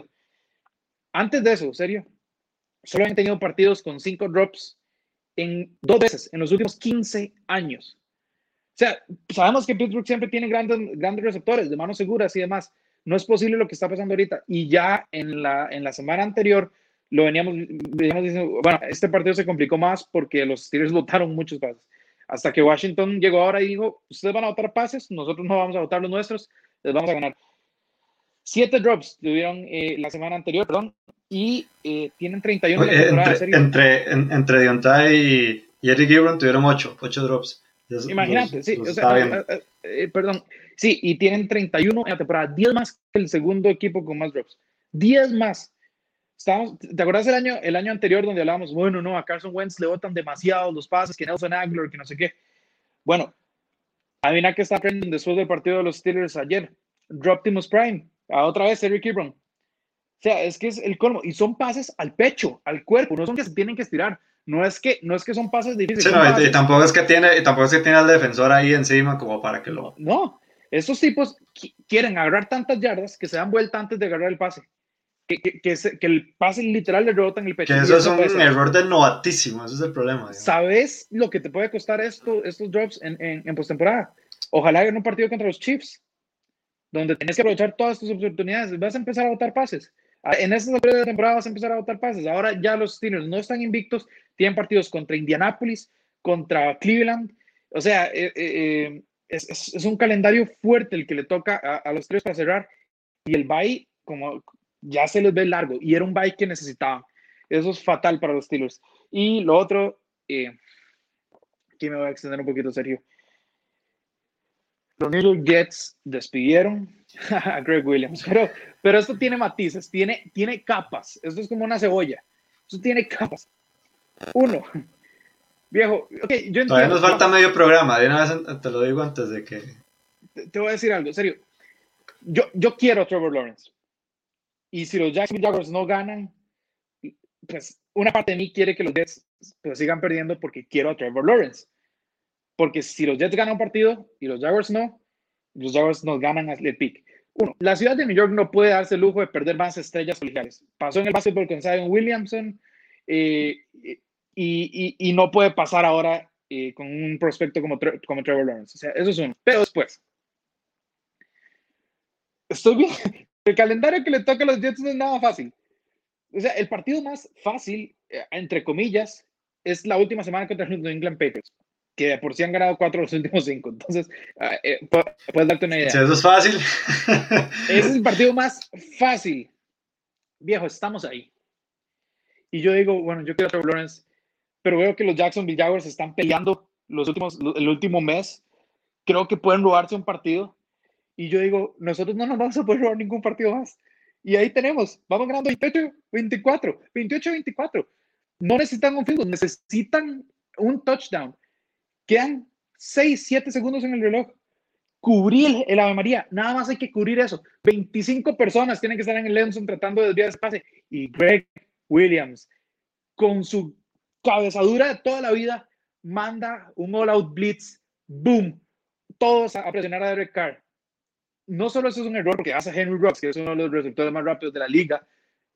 Antes de eso, serio, solo han tenido partidos con cinco drops en dos veces en los últimos quince años. O sea, sabemos que Pittsburgh siempre tiene grandes, grandes receptores de manos seguras y demás. No es posible lo que está pasando ahorita. Y ya en la, en la semana anterior lo veníamos, veníamos diciendo, bueno, este partido se complicó más porque los Steelers votaron muchos pases. Hasta que Washington llegó ahora y dijo, ustedes van a votar pases, nosotros no vamos a votar los nuestros, les vamos a ganar. Siete drops tuvieron eh, la semana anterior, perdón, y eh, tienen treinta y uno en la temporada. Entre, entre, en, entre Deontay y, y Eric Ebron tuvieron ocho, ocho drops. Los, Imagínate, los, sí, los o sea, bien. eh, eh, perdón, sí, y tienen treinta y uno en la temporada, diez más que el segundo equipo con más drops, diez más. Estábamos, ¿te acuerdas el año, el año anterior donde hablábamos, bueno, no, a Carson Wentz le botan demasiado los pases, que Nelson Aguilar, que no sé qué? Bueno, adivina qué está aprendiendo después del partido de los Steelers ayer, drop Optimus Prime, a otra vez Eric Ebron. O sea, es que es el colmo, y son pases al pecho, al cuerpo, no son que se tienen que estirar. No es que, no es que son pases difíciles. Sí, son no, pases. Y, tampoco es que tiene, y tampoco es que tiene al defensor ahí encima como para que lo. No, no. Estos tipos quieren agarrar tantas yardas que se dan vuelta antes de agarrar el pase. Que, que, que, se, que el pase literal le rebota en el pecho. Que eso, eso es un error del novatísimo, ese es el problema. Digamos. ¿Sabes lo que te puede costar esto, estos drops en, en, en postemporada? Ojalá en un partido contra los Chiefs, donde tienes que aprovechar todas tus oportunidades. Vas a empezar a botar pases. En esta altura de temporada vas a empezar a botar pases. Ahora ya los Steelers no están invictos, tienen partidos contra Indianapolis, contra Cleveland. O sea, eh, eh, es, es, es, un calendario fuerte el que le toca a, a los tres para cerrar. Y el bye, como ya se les ve largo, y era un bye que necesitaban. Eso es fatal para los Steelers. Y lo otro, eh, aquí me voy a extender un poquito, Sergio. Los New York Jets despidieron a Greg Williams, pero, pero esto tiene matices, tiene, tiene capas. Esto es como una cebolla. Esto tiene capas. Uno, viejo, okay, yo entiendo. Todavía nos falta medio programa, de una vez te lo digo antes de que. Te, te voy a decir algo, serio. Yo, yo quiero a Trevor Lawrence. Y si los Jacksonville Jaguars no ganan, pues una parte de mí quiere que los Jets pues, sigan perdiendo porque quiero a Trevor Lawrence. Porque si los Jets ganan un partido y los Jaguars no, los Jaguars nos ganan el pick. Uno, la ciudad de New York no puede darse el lujo de perder más estrellas colegiales. Pasó en el básquetbol con Zion Williamson eh, y, y, y no puede pasar ahora eh, con un prospecto como, como Trevor Lawrence. O sea, eso es uno. Pero después, estoy bien. El calendario que le toca a los Jets no es nada fácil. O sea, el partido más fácil, eh, entre comillas, es la última semana contra los New England Patriots, que de por sí han ganado cuatro de los últimos cinco. Entonces, eh, puedes darte una idea. Si eso es fácil. Ese es el partido más fácil. Viejo, estamos ahí. Y yo digo, bueno, yo quiero a Trevor Lawrence, pero veo que los Jacksonville Jaguars están peleando los últimos, el último mes. Creo que pueden robarse un partido. Y yo digo, nosotros no nos vamos a poder robar ningún partido más. Y ahí tenemos, vamos ganando veintiocho veinticuatro, veintiocho veinticuatro. No necesitan un field goal, necesitan un touchdown. Quedan seis, siete segundos en el reloj. Cubrir el Ave María, nada más hay que cubrir eso. veinticinco personas tienen que estar en el Lenson tratando de desviar ese pase. Y Greg Williams, con su cabezadura de toda la vida, manda un all-out blitz. Boom. Todos a presionar a Derek Carr. No solo eso es un error porque hace Henry Ruggs, que es uno de los receptores más rápidos de la liga,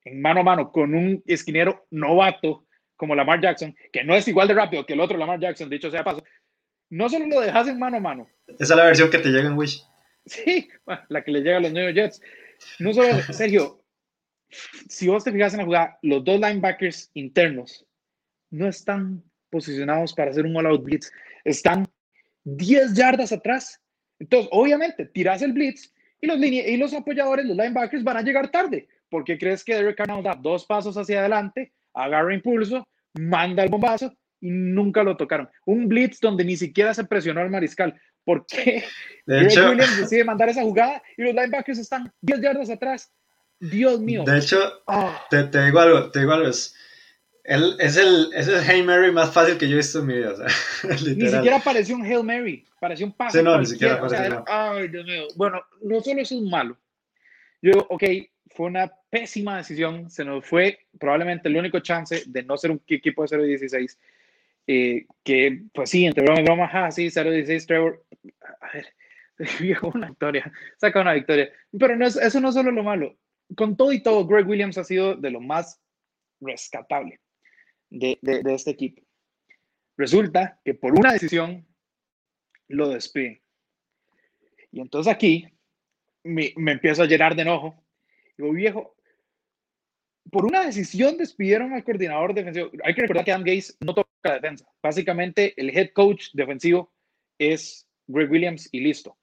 en mano a mano con un esquinero novato como Lamar Jackson, que no es igual de rápido que el otro Lamar Jackson, dicho sea paso, no solo lo dejas en mano a mano. Esa es la versión que te llega en Wish. Sí, la que le llega a los New York Jets. No solo eso, Sergio, si vos te fijas en la jugada, los dos linebackers internos no están posicionados para hacer un all-out blitz. Están diez yardas atrás. Entonces, obviamente, tiras el blitz y los, y los apoyadores, los linebackers, van a llegar tarde. ¿Por qué crees que Derek Carr da dos pasos hacia adelante, agarra impulso, manda el bombazo y nunca lo tocaron? Un blitz donde ni siquiera se presionó al mariscal. ¿Por qué Greg hecho, Williams decide mandar esa jugada y los linebackers están diez yardas atrás? Dios mío. De hecho, oh. te, te digo algo, te digo algo. Es, él, es, el, es el Hail Mary más fácil que yo he visto en mi vida. O sea, ni siquiera pareció un Hail Mary, pareció un pase. Sí, no, ni siquiera o sea, era, ay, Dios mío. Bueno, no solo eso es malo. Yo, ok, fue una pésima decisión. Se nos fue probablemente el único chance de no ser un equipo de cero dieciséis. Eh, que, pues sí, entre broma y broma, ah, sí, cero dieciséis, Trevor. A ver, viejo, una victoria. Saca una victoria. Pero no es, eso no es solo lo malo. Con todo y todo, Greg Williams ha sido de lo más rescatable de, de, de este equipo. Resulta que por una decisión lo despiden. Y entonces aquí me, me empiezo a llenar de enojo. Digo, viejo, por una decisión despidieron al coordinador defensivo. Hay que recordar que Adam Gase no toca defensa. Básicamente, el head coach defensivo es Greg Williams y listo.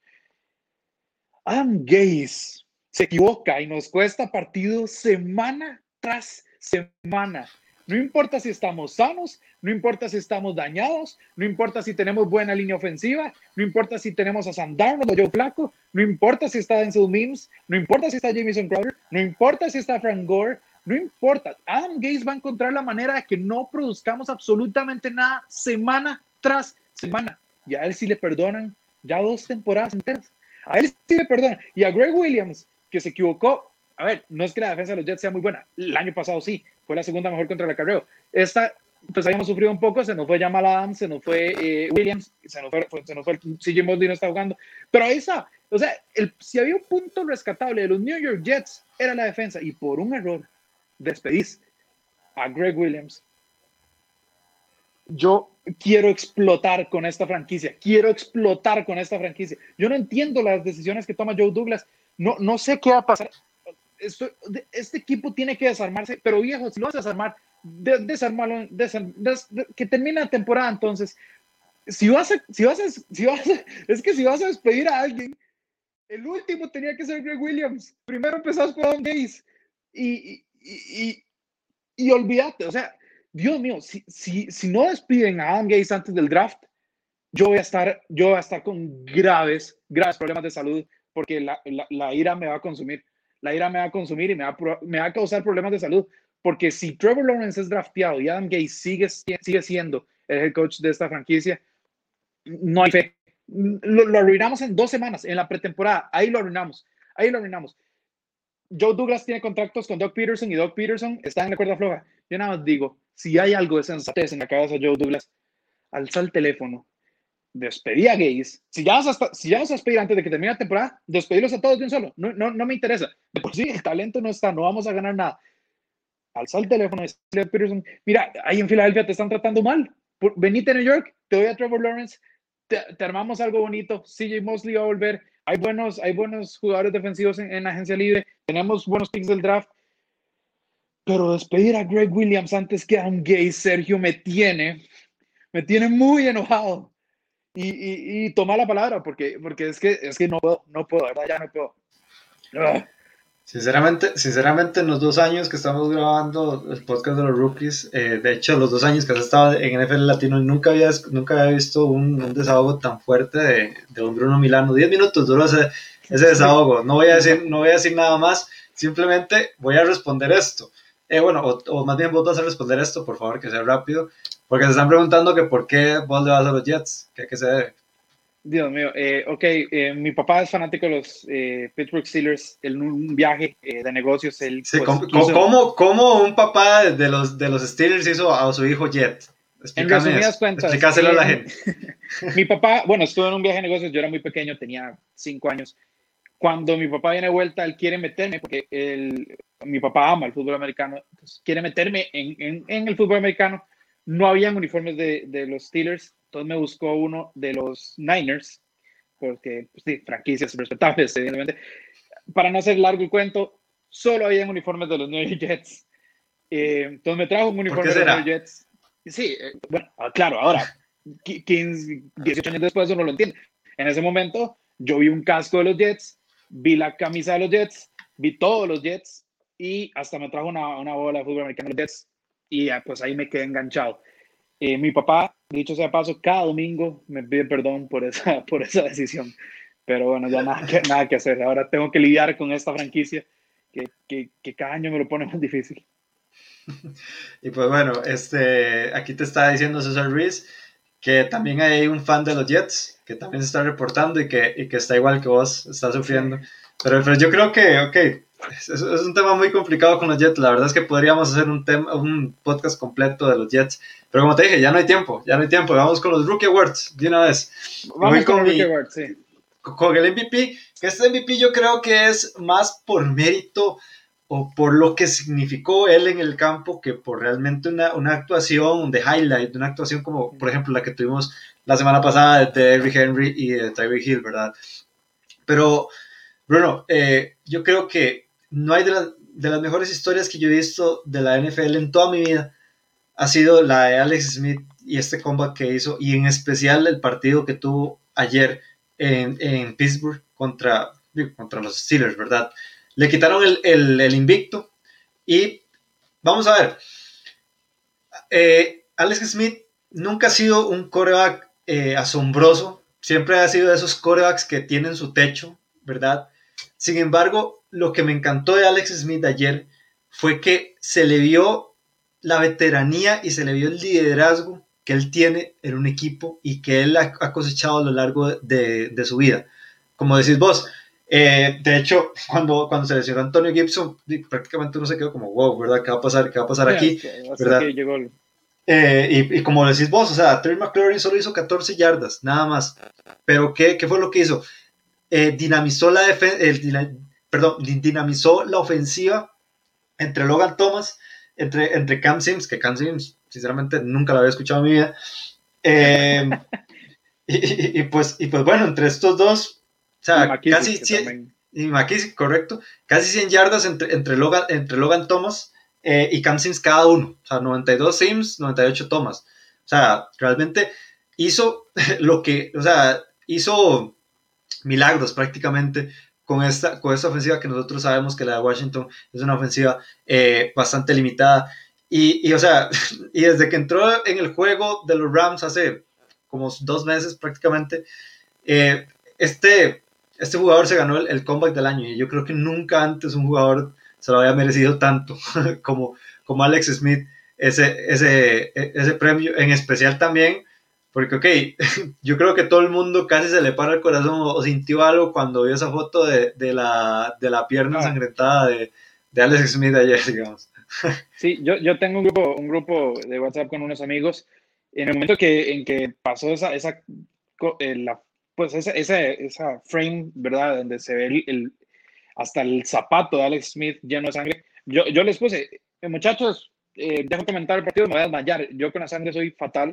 Adam Gase se equivoca y nos cuesta partidos semana tras semana. No importa si estamos sanos, no importa si estamos dañados, no importa si tenemos buena línea ofensiva, no importa si tenemos a Sam Darnold o Joe Flacco, no importa si está Denzel Mims, no importa si está Jamison Crowder, no importa si está Frank Gore, no importa. Adam Gase va a encontrar la manera de que no produzcamos absolutamente nada semana tras semana. Y a él sí le perdonan ya dos temporadas enteras. A él sí le perdonan. Y a Greg Williams, que se equivocó, a ver, no es que la defensa de los Jets sea muy buena. El año pasado sí, fue la segunda mejor contra el acarreo. Esta, pues habíamos sufrido un poco, se nos fue Jamal Adams, se nos fue eh, Williams, se nos fue, se nos fue el C J Mosley, no está jugando. Pero ahí está. O sea, el, si había un punto rescatable de los New York Jets, era la defensa. Y por un error, despedís a Greg Williams. Yo quiero explotar con esta franquicia. Quiero explotar con esta franquicia. Yo no entiendo las decisiones que toma Joe Douglas. No, no sé qué va a pasar. Esto, este equipo tiene que desarmarse, pero viejo, si lo vas a desarmar, de, desarmarlo, desarm, des, de, que termine la temporada. Entonces, si vas a, si vas a, si vas a, es que si vas a despedir a alguien, el último tenía que ser Greg Williams. Primero empezás con Adam Gase y, y, y, y olvídate, o sea, Dios mío, si, si, si no despiden a Adam Gase antes del draft, yo voy a estar, yo voy a estar con graves, graves problemas de salud, porque la, la, la ira me va a consumir. La ira me va a consumir y me va, a, me va a causar problemas de salud. Porque si Trevor Lawrence es drafteado y Adam Gase sigue, sigue siendo el head coach de esta franquicia, no hay fe. Lo, lo arruinamos en dos semanas, en la pretemporada. Ahí lo arruinamos. Ahí lo arruinamos. Joe Douglas tiene contactos con Doug Peterson y Doug Peterson está en la cuerda floja. Yo nada más digo, si hay algo de sensatez en la cabeza de Joe Douglas, alza el teléfono, despedí a Gase. Si ya, vas a, si ya vas a despedir antes de que termine la temporada, despedirlos a todos de un solo. No, no, no me interesa. De por sí, el talento no está, no vamos a ganar nada. Alza el teléfono, decirle a Peterson, mira, ahí en Filadelfia te están tratando mal. Venite a New York, te doy a Trevor Lawrence, te, te armamos algo bonito. C J Mosley va a volver. Hay buenos, hay buenos jugadores defensivos en, en la agencia libre. Tenemos buenos picks del draft. Pero despedir a Greg Williams antes que a un Gase, Sergio, me tiene, me tiene muy enojado. Y, y, y toma la palabra, porque, porque es, que, es que no puedo, no puedo, ¿verdad? Ya no puedo. Ugh. Sinceramente, sinceramente, en los dos años que estamos grabando el podcast de los rookies, eh, de hecho, los dos años que has estado en N F L Latino, nunca había, nunca había visto un, un desahogo tan fuerte de, de un Bruno Milano. Diez minutos duró ese, ese desahogo. No voy, a decir, no voy a decir nada más, simplemente voy a responder esto. Eh, bueno, o, o más bien vos vas a responder esto, por favor, que sea rápido, porque se están preguntando que por qué vos le vas a los Jets, que a qué se debe. Dios mío, eh, ok, eh, mi papá es fanático de los eh, Pittsburgh Steelers. En un viaje eh, de negocios, él sí, pues, ¿cómo, quiso... ¿cómo, ¿Cómo un papá de los, de los Steelers hizo a su hijo Jet? Explícame en resumidas eso. cuentas, explícaselo eh, a la gente. Mi papá, bueno, estuve en un viaje de negocios, yo era muy pequeño, tenía cinco años. Cuando mi papá viene de vuelta, él quiere meterme porque él, mi papá ama el fútbol americano, entonces quiere meterme en, en, en el fútbol americano. No habían uniformes de, de los Steelers, entonces me buscó uno de los Niners, porque, pues sí, franquicias respetables, evidentemente. Para no hacer largo el cuento, solo habían uniformes de los New York Jets. Eh, entonces me trajo un ¿Por qué uniforme de los New York será? Jets. Sí, eh, bueno, claro, ahora, quince, dieciocho años después uno lo entiende. En ese momento, yo vi un casco de los Jets, vi la camisa de los Jets, vi todos los Jets y hasta me trajo una, una bola de fútbol americano de los Jets y ya, pues ahí me quedé enganchado. Eh, mi papá, dicho sea de paso, cada domingo me pide perdón por esa, por esa decisión. Pero bueno, ya nada que, nada que hacer. Ahora tengo que lidiar con esta franquicia que, que, que cada año me lo pone más difícil. Y pues bueno, este, aquí te está diciendo César Ruiz que también hay un fan de los Jets que también se está reportando y que, y que está igual que vos, está sufriendo. Sí. Pero, pero yo creo que, ok, es, es, un tema muy complicado con los Jets. La verdad es que podríamos hacer un, tema, un podcast completo de los Jets. Pero como te dije, ya no hay tiempo, ya no hay tiempo. Vamos con los Rookie Awards de una vez. Vamos voy con, con los Rookie Awards, sí. Con el M V P, que este M V P yo creo que es más por mérito o por lo que significó él en el campo que por realmente una, una actuación de highlight, una actuación como por ejemplo la que tuvimos la semana pasada de Derrick Henry y de Tyreek Hill, ¿verdad? Pero Bruno, eh, yo creo que no hay de, la, de las mejores historias que yo he visto de la N F L en toda mi vida ha sido la de Alex Smith y este comeback que hizo y en especial el partido que tuvo ayer en, en Pittsburgh contra, contra los Steelers, ¿verdad? Le quitaron el, el, el invicto y vamos a ver, eh, Alex Smith nunca ha sido un quarterback eh, asombroso, siempre ha sido de esos quarterbacks que tienen su techo, ¿verdad? Sin embargo, lo que me encantó de Alex Smith ayer fue que se le vio la veteranía y se le vio el liderazgo que él tiene en un equipo y que él ha, ha cosechado a lo largo de, de su vida. Como decís vos, eh, de hecho, cuando, cuando se lesionó Antonio Gibson, prácticamente uno se quedó como, wow, ¿verdad? ¿Qué va a pasar? ¿Qué va a pasar aquí? Sí, hasta ¿verdad? que llegó el... Eh, y, y como decís vos, o sea, Terry McLaurin solo hizo catorce yardas, nada más. Pero ¿qué, qué fue lo que hizo? Eh, dinamizó la defen- el, perdón, dinamizó la ofensiva entre Logan Thomas, entre, entre Cam Sims, que Cam Sims, sinceramente, nunca lo había escuchado en mi vida. Eh, y, y, y, pues, y pues bueno, entre estos dos, o sea, y casi cien, y McKissick, correcto, casi cien yardas entre, entre, Logan, entre Logan Thomas eh, y Cam Sims cada uno, o sea, noventa y dos Sims, noventa y ocho Thomas. O sea, realmente hizo lo que, o sea, hizo milagros prácticamente con esta, con esta ofensiva que nosotros sabemos que la de Washington es una ofensiva eh, bastante limitada. Y, y, o sea, y desde que entró en el juego de los Rams hace como dos meses prácticamente, eh, este, este jugador se ganó el, el comeback del año y yo creo que nunca antes un jugador se lo había merecido tanto como, como Alex Smith ese, ese, ese premio, en especial también porque, ok, yo creo que todo el mundo casi se le para el corazón o, o sintió algo cuando vio esa foto de, de, la, de la pierna ah. ensangrentada de, de Alex Smith ayer, digamos. Sí, yo, yo tengo un grupo, un grupo de WhatsApp con unos amigos. En el momento que, en que pasó esa, esa, eh, la, pues esa, esa, esa frame, ¿verdad? Donde se ve el, el, hasta el zapato de Alex Smith lleno de sangre. Yo, yo les puse, muchachos, eh, dejo comentar el partido, me voy a desmayar. Yo con la sangre soy fatal.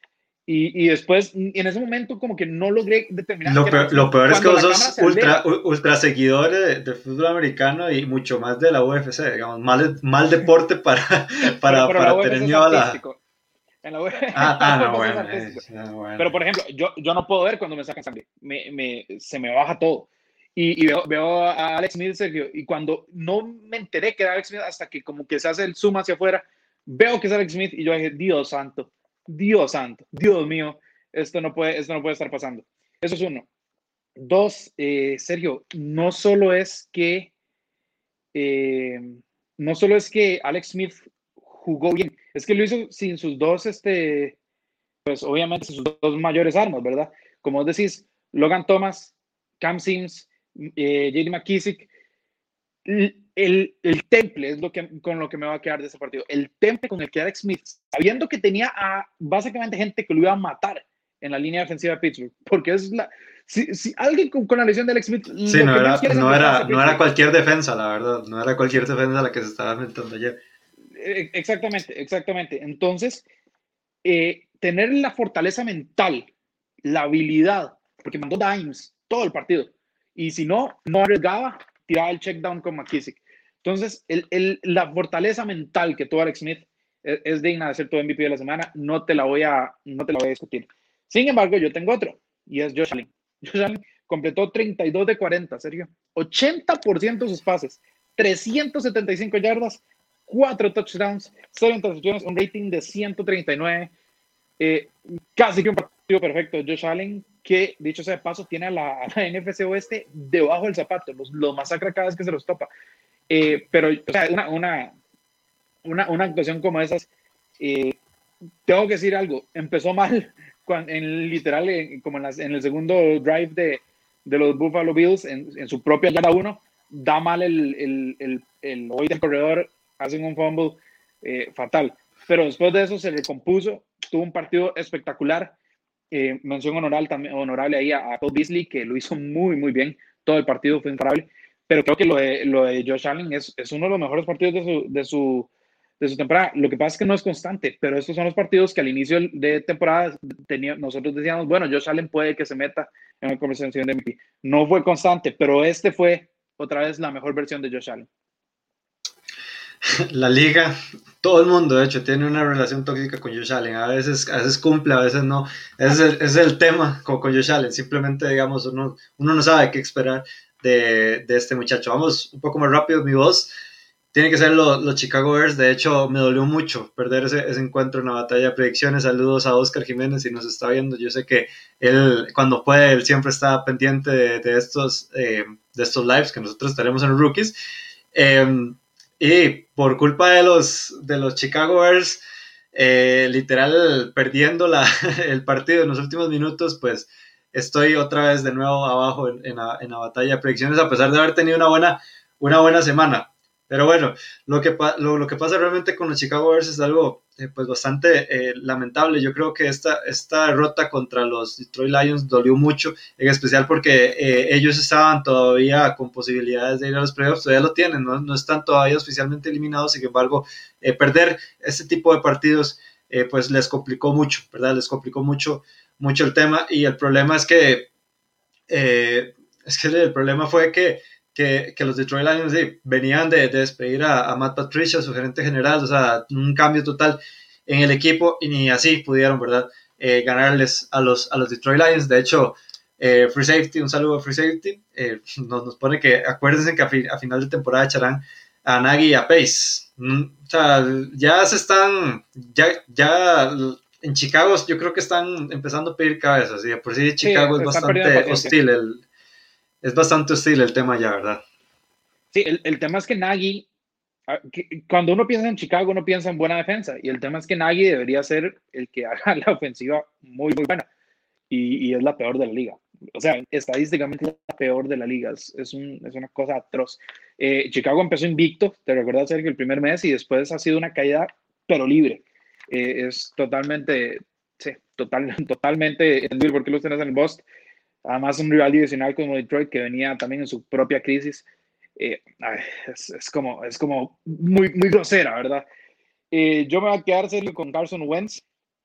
Y, y después, en ese momento, como que no logré determinar. Lo peor, lo peor es que vos sos ultra, ultra seguidor de, de fútbol americano y mucho más de la U F C, digamos, mal, mal deporte para, para, pero, pero para tener miedo a la. En la U F C ah, ah, no, bueno, es, no, bueno. Pero, por ejemplo, yo, yo no puedo ver cuando me sacan sangre. Me, me, se me baja todo. Y, y veo, veo a Alex Smith, Sergio, y cuando no me enteré que era Alex Smith, hasta que como que se hace el zoom hacia afuera, veo que es Alex Smith y yo dije, Dios santo, Dios santo, Dios mío, esto no puede, esto no puede estar pasando. Eso es uno. Dos, eh, Sergio, no solo es que eh, no solo es que Alex Smith jugó bien, es que lo hizo sin sus dos, este, pues obviamente sus dos mayores armas, ¿verdad? Como decís, Logan Thomas, Cam Sims, eh, J D McKissick, el, el temple es lo que, con lo que me va a quedar de ese partido. El temple con el que Alex Smith, sabiendo que tenía a básicamente gente que lo iba a matar en la línea defensiva de Pittsburgh, porque es la... Si, si alguien con, con la lesión de Alex Smith... Sí, no era, no, era, no era cualquier defensa, la verdad. No era cualquier defensa la que se estaba enfrentando ayer. Exactamente, exactamente. Entonces, eh, tener la fortaleza mental, la habilidad, porque mandó dimes todo el partido, y si no, no arriesgaba, tiraba el check down con McKissick. Entonces, el, el, la fortaleza mental que tuvo Alex Smith es, es digna de ser tu M V P de la semana, no te la voy a, no te la voy a discutir. Sin embargo, yo tengo otro, y es Josh Allen. Josh Allen completó treinta y dos de cuarenta, Sergio. ochenta por ciento de sus pases, trescientas setenta y cinco yardas, cuatro touchdowns, cero intercepciones, un rating de ciento treinta y nueve. Eh, casi que un partido perfecto. Josh Allen, que dicho sea de paso, tiene a la, a la N F C Oeste debajo del zapato, los, los masacra cada vez que se los topa. Eh, pero, o sea, una, una, una, una actuación como esas, eh, tengo que decir algo, empezó mal, cuando, en literal, en, como en, las, en el segundo drive de, de los Buffalo Bills, en, en su propia yarda uno, da mal el, el, el, el hoy del corredor, hacen un fumble eh, fatal. Pero después de eso se recompuso, tuvo un partido espectacular. Eh, mención honorable, también, honorable ahí a, a Cole Beasley, que lo hizo muy, muy bien. Todo el partido fue imparable. Pero creo que lo de, lo de Josh Allen es, es uno de los mejores partidos de su, de, su, de su temporada. Lo que pasa es que no es constante, pero estos son los partidos que al inicio de temporada tenía, nosotros decíamos, bueno, Josh Allen puede que se meta en la conversación de M V P. No fue constante, pero este fue otra vez la mejor versión de Josh Allen. La liga, todo el mundo de hecho tiene una relación tóxica con Josh Allen, a veces, a veces cumple, a veces no, ese es el, ese es el tema con, con Josh Allen, simplemente digamos uno, uno no sabe qué esperar de, de este muchacho. Vamos un poco más rápido, mi voz tiene que ser los lo Chicago Bears. De hecho me dolió mucho perder ese, ese encuentro en la batalla de predicciones. Saludos a Oscar Jiménez si nos está viendo, yo sé que él cuando puede, él siempre está pendiente de, de, estos, eh, de estos lives que nosotros tenemos en Rookies. eh, Y por culpa de los, de los Chicago Bears, eh, literal perdiendo la, el partido en los últimos minutos, pues estoy otra vez de nuevo abajo en, en, la, en la batalla de predicciones, a pesar de haber tenido una buena, una buena semana. Pero bueno, lo que, lo, lo que pasa realmente con los Chicago Bears es algo eh, pues bastante eh, lamentable. Yo creo que esta, esta derrota contra los Detroit Lions dolió mucho, en especial porque eh, ellos estaban todavía con posibilidades de ir a los playoffs, todavía lo tienen, no, no están todavía oficialmente eliminados. Sin embargo, eh, perder este tipo de partidos eh, pues les complicó mucho, ¿verdad? Les complicó mucho, mucho el tema, y el problema es que eh, es que el problema fue que Que, que los Detroit Lions sí, venían de, de despedir a, a Matt Patricia, su gerente general, o sea, un cambio total en el equipo, y ni así pudieron, ¿verdad?, eh, ganarles a los, a los Detroit Lions. De hecho, eh, Free Safety, un saludo a Free Safety, eh, nos, nos pone que acuérdense que a, fi, a final de temporada echarán a Nagy y a Pace. Mm, o sea, ya se están, ya, ya en Chicago yo creo que están empezando a pedir cabezas, y por sí Chicago sí, es bastante hostil, el Es bastante hostil el tema ya, ¿verdad? Sí, el, el tema es que Nagy, cuando uno piensa en Chicago, uno piensa en buena defensa, y el tema es que Nagy debería ser el que haga la ofensiva muy, muy buena, y, y es la peor de la liga. O sea, estadísticamente es la peor de la liga, es, es, un, es una cosa atroz. Eh, Chicago empezó invicto, te recuerdas, Sergio, el primer mes, y después ha sido una caída, pero libre. Eh, es totalmente, sí, total, totalmente entendible por qué los tenés en el Bust. Además, un rival divisional como Detroit, que venía también en su propia crisis, eh, es, es, como, es como muy, muy grosera, ¿verdad? Eh, yo me voy a quedar serio con Carson Wentz.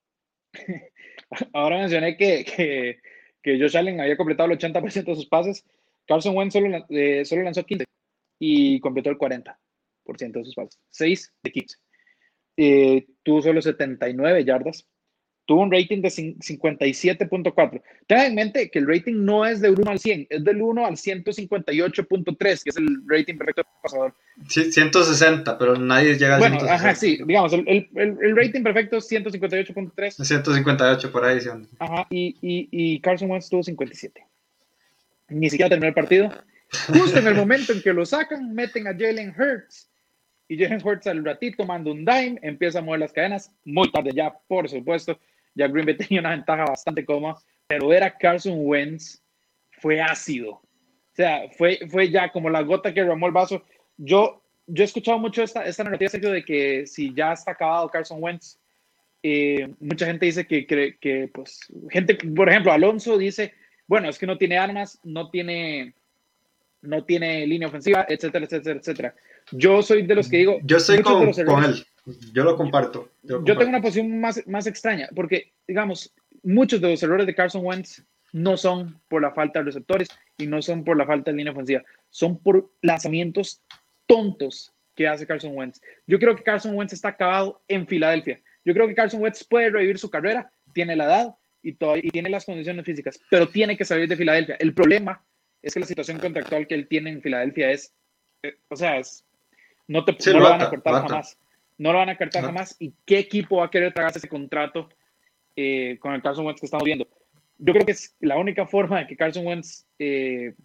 Ahora mencioné que, que, que Josh Allen había completado el ochenta por ciento de sus pases. Carson Wentz solo, eh, solo lanzó quince y completó el cuarenta por ciento de sus pases. seis de quince. Eh, tuvo solo setenta y nueve yardas. Tuvo un rating de cincuenta y siete punto cuatro. Tengan en mente que el rating no es del uno al cien, es del uno al ciento cincuenta y ocho punto tres, que es el rating perfecto del pasador. Sí, ciento sesenta, pero nadie llega al bueno, ciento sesenta. Ajá, sí, digamos, el, el, el rating perfecto es ciento cincuenta y ocho punto tres. ciento cincuenta y ocho por ahí, sí. Ajá, y, y, y Carson Wentz tuvo cincuenta y siete. Ni siquiera terminó el partido. Justo en el momento en que lo sacan, meten a Jalen Hurts. Y Jalen Hurts al ratito manda un dime, empieza a mover las cadenas. Muy tarde ya, por supuesto. Ya Green Bay tenía una ventaja bastante cómoda, pero ver a Carson Wentz fue ácido. O sea, fue, fue ya como la gota que derramó el vaso. Yo, yo he escuchado mucho esta, esta narrativa, Sergio, de que si ya está acabado Carson Wentz, eh, mucha gente dice que, que, que, pues, gente, por ejemplo, Alonso dice, bueno, es que no tiene armas, no tiene, no tiene línea ofensiva, etcétera, etcétera, etcétera. Yo soy de los que digo, yo estoy muchos con, de los errores, con él, yo lo comparto. Yo, lo yo tengo comparto. una posición más, más extraña, porque, digamos, muchos de los errores de Carson Wentz no son por la falta de receptores y no son por la falta de línea ofensiva, son por lanzamientos tontos que hace Carson Wentz. Yo creo que Carson Wentz está acabado en Filadelfia. Yo creo que Carson Wentz puede revivir su carrera, tiene la edad y, todo, y tiene las condiciones físicas, pero tiene que salir de Filadelfia. El problema es que la situación contractual que él tiene en Filadelfia es, eh, o sea, es, no, te, Sí, no lo, lo ata, van a cortar lo ata. jamás. No lo van a cortar jamás. ¿Y qué equipo va a querer tragarse ese contrato eh, con el Carson Wentz que estamos viendo? Yo creo que es la única forma de que Carson Wentz eh,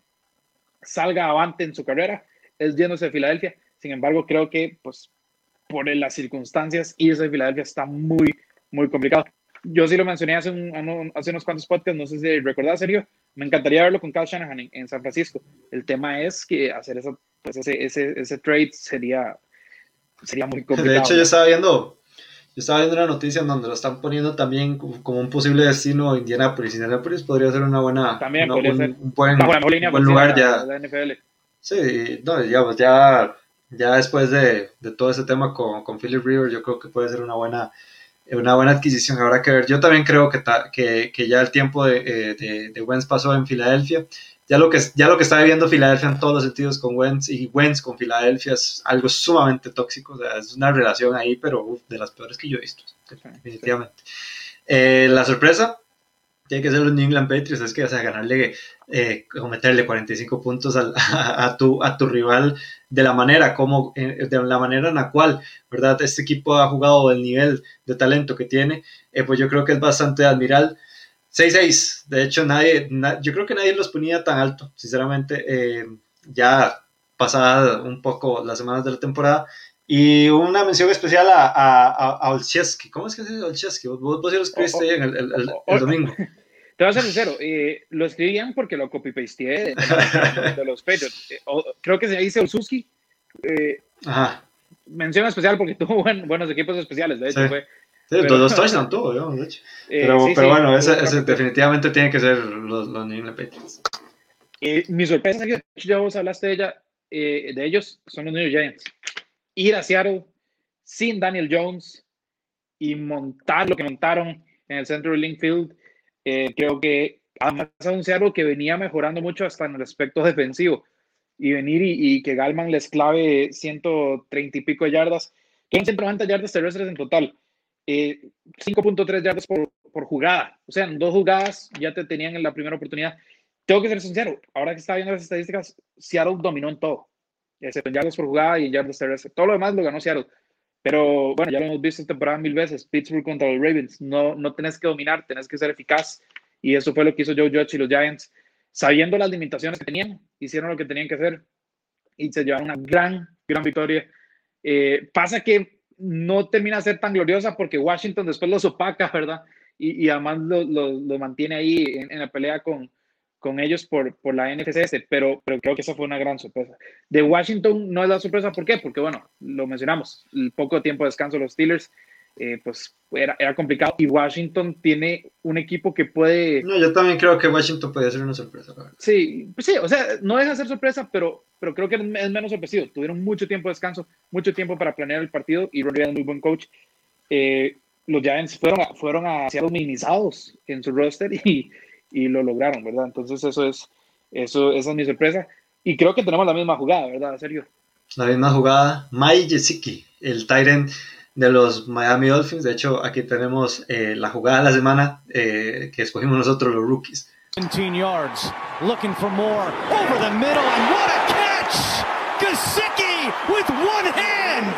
salga avante en su carrera es yéndose de Filadelfia. Sin embargo, creo que pues, por las circunstancias, irse de Filadelfia está muy, muy complicado. Yo sí lo mencioné hace, un, hace unos cuantos podcasts, no sé si recordás, Sergio, me encantaría verlo con Kyle Shanahan en, en San Francisco. El tema es que hacer eso, pues ese, ese, ese trade sería, sería muy complicado. De hecho, yo estaba viendo... Yo estaba viendo una noticia en donde lo están poniendo también como un posible destino Indianapolis. Indianapolis podría ser una buena, también una, podría un, ser. un buen, Bajo la mejor línea un buen lugar de la, ya. de la N F L. Sí, no, digamos, ya, ya después de, de todo ese tema con, con Philip Rivers, yo creo que puede ser una buena, una buena adquisición. Habrá que ver. Yo también creo que, ta, que, que ya el tiempo de, de, de Wentz pasó en Filadelfia. Ya lo, que, ya lo que está viviendo Filadelfia en todos los sentidos con Wentz y Wentz con Filadelfia es algo sumamente tóxico. O sea, es una relación ahí, pero uf, de las peores que yo he visto, definitivamente. Eh, la sorpresa tiene que ser los New England Patriots, es que, o sea, ganarle, eh, meterle cuarenta y cinco puntos al, a, a, tu, a tu rival de la manera como, eh, de la manera en la cual, ¿verdad? Este equipo ha jugado el nivel de talento que tiene, eh, pues yo creo que es bastante admirable. seis seis, de hecho nadie, na, yo creo que nadie los ponía tan alto, sinceramente, eh, ya pasada un poco las semanas de la temporada. Y una mención especial a, a, a, a Olszewski. ¿Cómo es que se dice Olszewski? Vos, vos sí lo escribiste oh, oh, el, el, el, el domingo. Te voy a ser sincero, eh, lo escribí bien porque lo copy-pasteé de, de, de los Patriots. Eh, o, creo que se dice Olszewski. Eh, Ajá. Mención especial porque tuvo buen, buenos equipos especiales, de hecho. Sí. Fue, sí, pero, dos touchdowns tuvo, digamos, de hecho. Eh, pero, sí, pero sí, bueno, ese, ese definitivamente tiene que ser los, los New England Patriots. Eh, mi sorpresa, que ya vos hablaste de, ella, eh, de ellos, son los New York Giants. Ir a Seattle sin Daniel Jones y montar lo que montaron en el Central Link Field, eh, creo que además anunciaron que venía mejorando mucho hasta en el aspecto defensivo y venir y, y que Gallman les clave ciento treinta y pico de yardas, que ciento noventa yardas terrestres en total, eh, cinco punto tres yardas por, por jugada, o sea, en dos jugadas ya te tenían en la primera oportunidad. Tengo que ser sincero, ahora que estaba viendo las estadísticas, Seattle dominó en todo, excepto en yardas por jugada y en yardas terrestres. Todo lo demás lo ganó Seattle. Pero bueno, ya lo hemos visto esta temporada mil veces. Pittsburgh contra los Ravens. No, no tenés que dominar, tenés que ser eficaz. Y eso fue lo que hizo Joe Judge y los Giants. Sabiendo las limitaciones que tenían, hicieron lo que tenían que hacer y se llevaron una gran, gran victoria. Eh, pasa que no termina de ser tan gloriosa porque Washington después los opaca, ¿verdad? Y, y además lo, lo, lo mantiene ahí en, en la pelea con, con ellos por, por la N F C S, pero, pero creo que esa fue una gran sorpresa. De Washington no es la sorpresa, ¿por qué? Porque, bueno, lo mencionamos, el poco tiempo de descanso de los Steelers, eh, pues era, era complicado, y Washington tiene un equipo que puede... No, yo también creo que Washington puede ser una sorpresa, la verdad. Sí, pues sí, o sea, no deja de ser sorpresa, pero, pero creo que es menos sorpresivo. Tuvieron mucho tiempo de descanso, mucho tiempo para planear el partido, y Ron Rivera es muy buen coach. Eh, los Giants fueron, a, fueron a ser minimizados en su roster y y lo lograron, ¿verdad? Entonces eso es, eso, esa es mi sorpresa. Y creo que tenemos la misma jugada, ¿verdad, Sergio? La misma jugada. Mike Gesicki, el tight end de los Miami Dolphins. De hecho, aquí tenemos eh, la jugada de la semana eh, que escogimos nosotros los rookies. seventeen yards, looking for more, over the middle, and what a catch! Gesicki with one hand!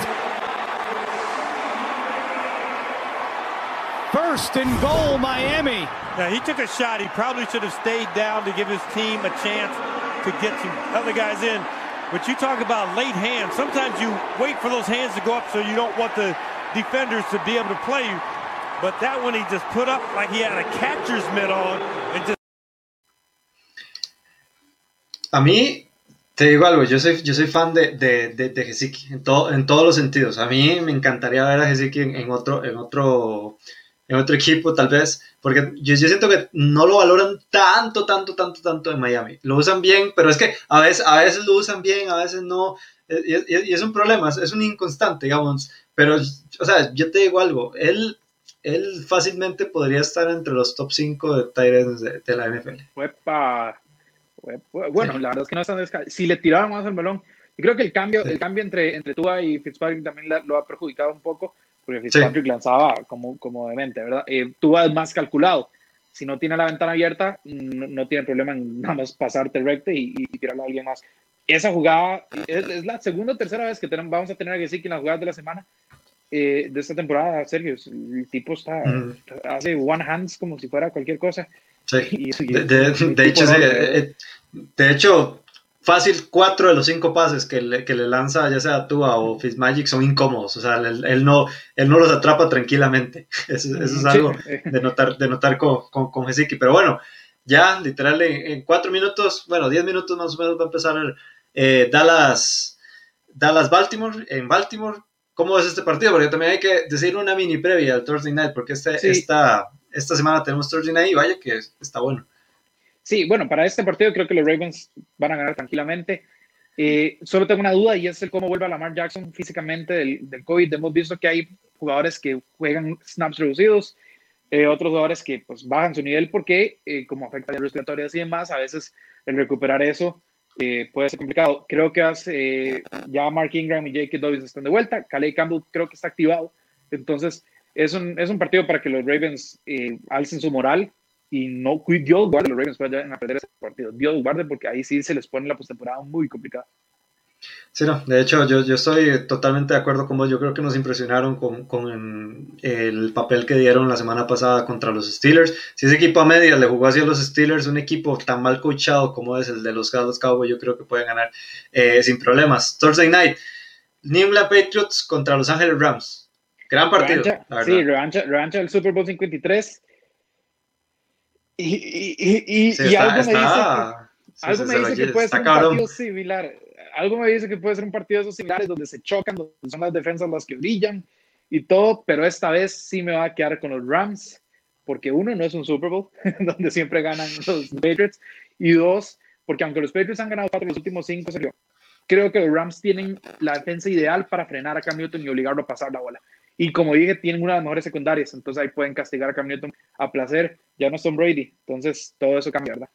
First and goal, Miami. Now, he took a shot. He probably should have stayed down to give his team a chance to get some other guys in. But you talk about late hands. Sometimes you wait for those hands to go up so you don't want the defenders to be able to play you. But that one he just put up like he had a catcher's mitt on and just... A mí, Te digo algo, yo soy, yo soy fan de, de, de, de Gesicki en, todo, en todos los sentidos. A mí me encantaría ver a Gesicki en, en, otro, en, otro, en otro equipo, tal vez, porque yo, yo siento que no lo valoran tanto, tanto, tanto, tanto en Miami. Lo usan bien, pero es que a veces, a veces lo usan bien, a veces no, y, y, y es un problema, es un inconstante, digamos. Pero, o sea, yo te digo algo, él, él fácilmente podría estar entre los top cinco de tight ends de, de la N F L. Uepa. Bueno, sí. La verdad es que no están desca- si le tiraron más el balón, yo creo que el cambio, sí. el cambio entre, entre Tua y Fitzpatrick también la, lo ha perjudicado un poco, porque Fitzpatrick sí. lanzaba como, como demente, ¿verdad? Eh, Tua es más calculado, si no tiene la ventana abierta, no, no tiene problema en nada más pasarte recto y, y, y tirarla a alguien más. Esa jugada es, es la segunda o tercera vez que tenemos, vamos a tener a Gesicki en las jugadas de la semana eh, de esta temporada, Sergio. El tipo está, mm. hace one hands como si fuera cualquier cosa. Sí, y, y, de, de, de hecho, sí, eh, de hecho, fácil cuatro de los cinco pases que le, que le lanza, ya sea Tua o Fitzmagic, son incómodos, o sea, él, él, no, él no los atrapa tranquilamente, eso, eso es algo sí. de notar, de notar con, con, con Gesicki, pero bueno, ya literal en, en cuatro minutos, bueno, diez minutos más o menos va a empezar el, eh, Dallas, Dallas Baltimore, en Baltimore. ¿Cómo es este partido? Porque también hay que decir una mini previa al Thursday Night, porque este, sí. esta... Esta semana tenemos Thursday Night y vaya que está bueno. Sí, bueno, para este partido creo que los Ravens van a ganar tranquilamente. Eh, solo tengo una duda y es el cómo vuelve a Lamar Jackson físicamente del, del COVID. Hemos visto que hay jugadores que juegan snaps reducidos, eh, otros jugadores que pues bajan su nivel porque eh, como afecta a las respiratorias y demás, a veces el recuperar eso eh, puede ser complicado. Creo que hace, eh, ya Mark Ingram y J K. Dobbins están de vuelta. Calais Campbell creo que está activado. Entonces, Es un, es un partido para que los Ravens eh, alcen su moral y no, Dios guarde, los Ravens vayan a perder ese partido. Dios guarde, porque ahí sí se les pone la postemporada muy complicada. Sí, no, de hecho yo, yo estoy totalmente de acuerdo con vos. Yo creo que nos impresionaron con, con el papel que dieron la semana pasada contra los Steelers. Si ese equipo a medias le jugó hacia los Steelers, un equipo tan mal coachado como es el de los Dallas Cowboys, yo creo que pueden ganar eh, sin problemas. Thursday Night, New England Patriots contra Los Ángeles Rams. Gran partido. Revancha, sí, revancha, revancha del Super Bowl cincuenta y tres. Y, y, y, y, sí, y está, algo está, me dice que, sí, algo me dice que puede ser un cabrón. partido similar. Algo me dice que puede ser un partido de esos similares donde se chocan, donde son las defensas las que brillan y todo, pero esta vez sí me va a quedar con los Rams, porque uno, no es un Super Bowl, donde siempre ganan los Patriots, y dos, porque aunque los Patriots han ganado cuatro de los últimos cinco, Sergio, creo que los Rams tienen la defensa ideal para frenar a Cam Newton y obligarlo a pasar la bola. Y como dije, tienen una de las mejores secundarias, entonces ahí pueden castigar a Cam Newton a placer. Ya no es Tom Brady, entonces todo eso cambia, ¿verdad?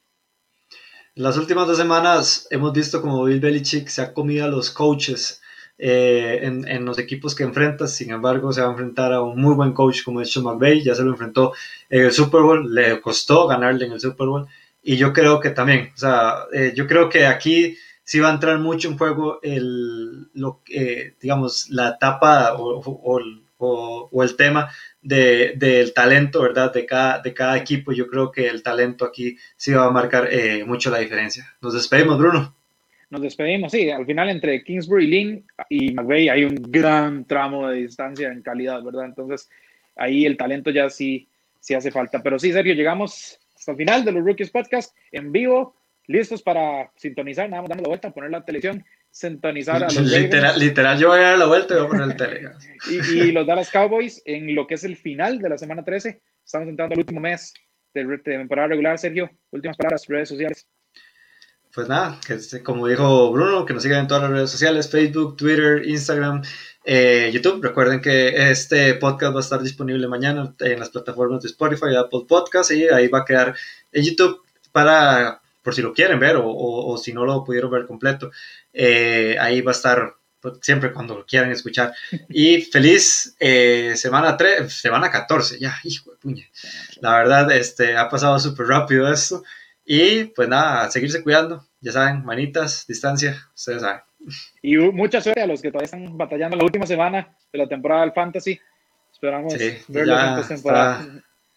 Las últimas dos semanas hemos visto como Bill Belichick se ha comido a los coaches eh, en, en los equipos que enfrenta. Sin embargo, se va a enfrentar a un muy buen coach como es Sean McVay. Ya se lo enfrentó en el Super Bowl, le costó ganarle en el Super Bowl. Y yo creo que también, o sea, eh, yo creo que aquí sí va a entrar mucho en juego el, lo, eh, digamos, la etapa o, o, o, o el tema de, del talento, ¿verdad? De cada, de cada equipo. Yo creo que el talento aquí sí va a marcar eh, mucho la diferencia. Nos despedimos, Bruno. Nos despedimos, sí. Al final, entre Kingsbury, Lynn y McVay hay un gran tramo de distancia en calidad, ¿verdad? Entonces, ahí el talento ya sí, sí hace falta. Pero sí, Sergio, llegamos hasta el final de los Rookies Podcast en vivo. Listos para sintonizar, nada más dando la vuelta, poner la televisión, sintonizar a los literal, literal, yo voy a dar la vuelta y voy a poner el tele. y, y los Dallas Cowboys en lo que es el final de la semana trece. Estamos entrando al último mes de, de temporada regular. Sergio, últimas palabras, redes sociales. Pues nada, que como dijo Bruno, que nos sigan en todas las redes sociales, Facebook, Twitter, Instagram, eh, YouTube. Recuerden que este podcast va a estar disponible mañana en las plataformas de Spotify y Apple Podcasts, y ahí va a quedar en YouTube para... por si lo quieren ver o, o, o si no lo pudieron ver completo, eh, ahí va a estar pues, siempre cuando lo quieran escuchar. Y feliz eh, semana tres, semana catorce, ya, hijo de puña. La verdad, este, ha pasado súper rápido esto. Y pues nada, a seguirse cuidando, ya saben, manitas, distancia, ustedes saben. Y mucha suerte a los que todavía están batallando la última semana de la temporada del Fantasy. Esperamos sí, verlos en postemporada.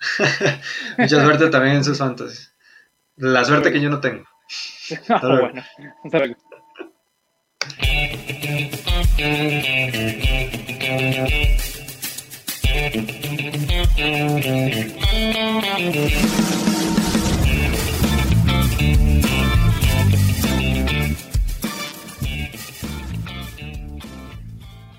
Mucha suerte también en sus Fantasy. La suerte que yo no tengo. Ah, bueno, hasta luego.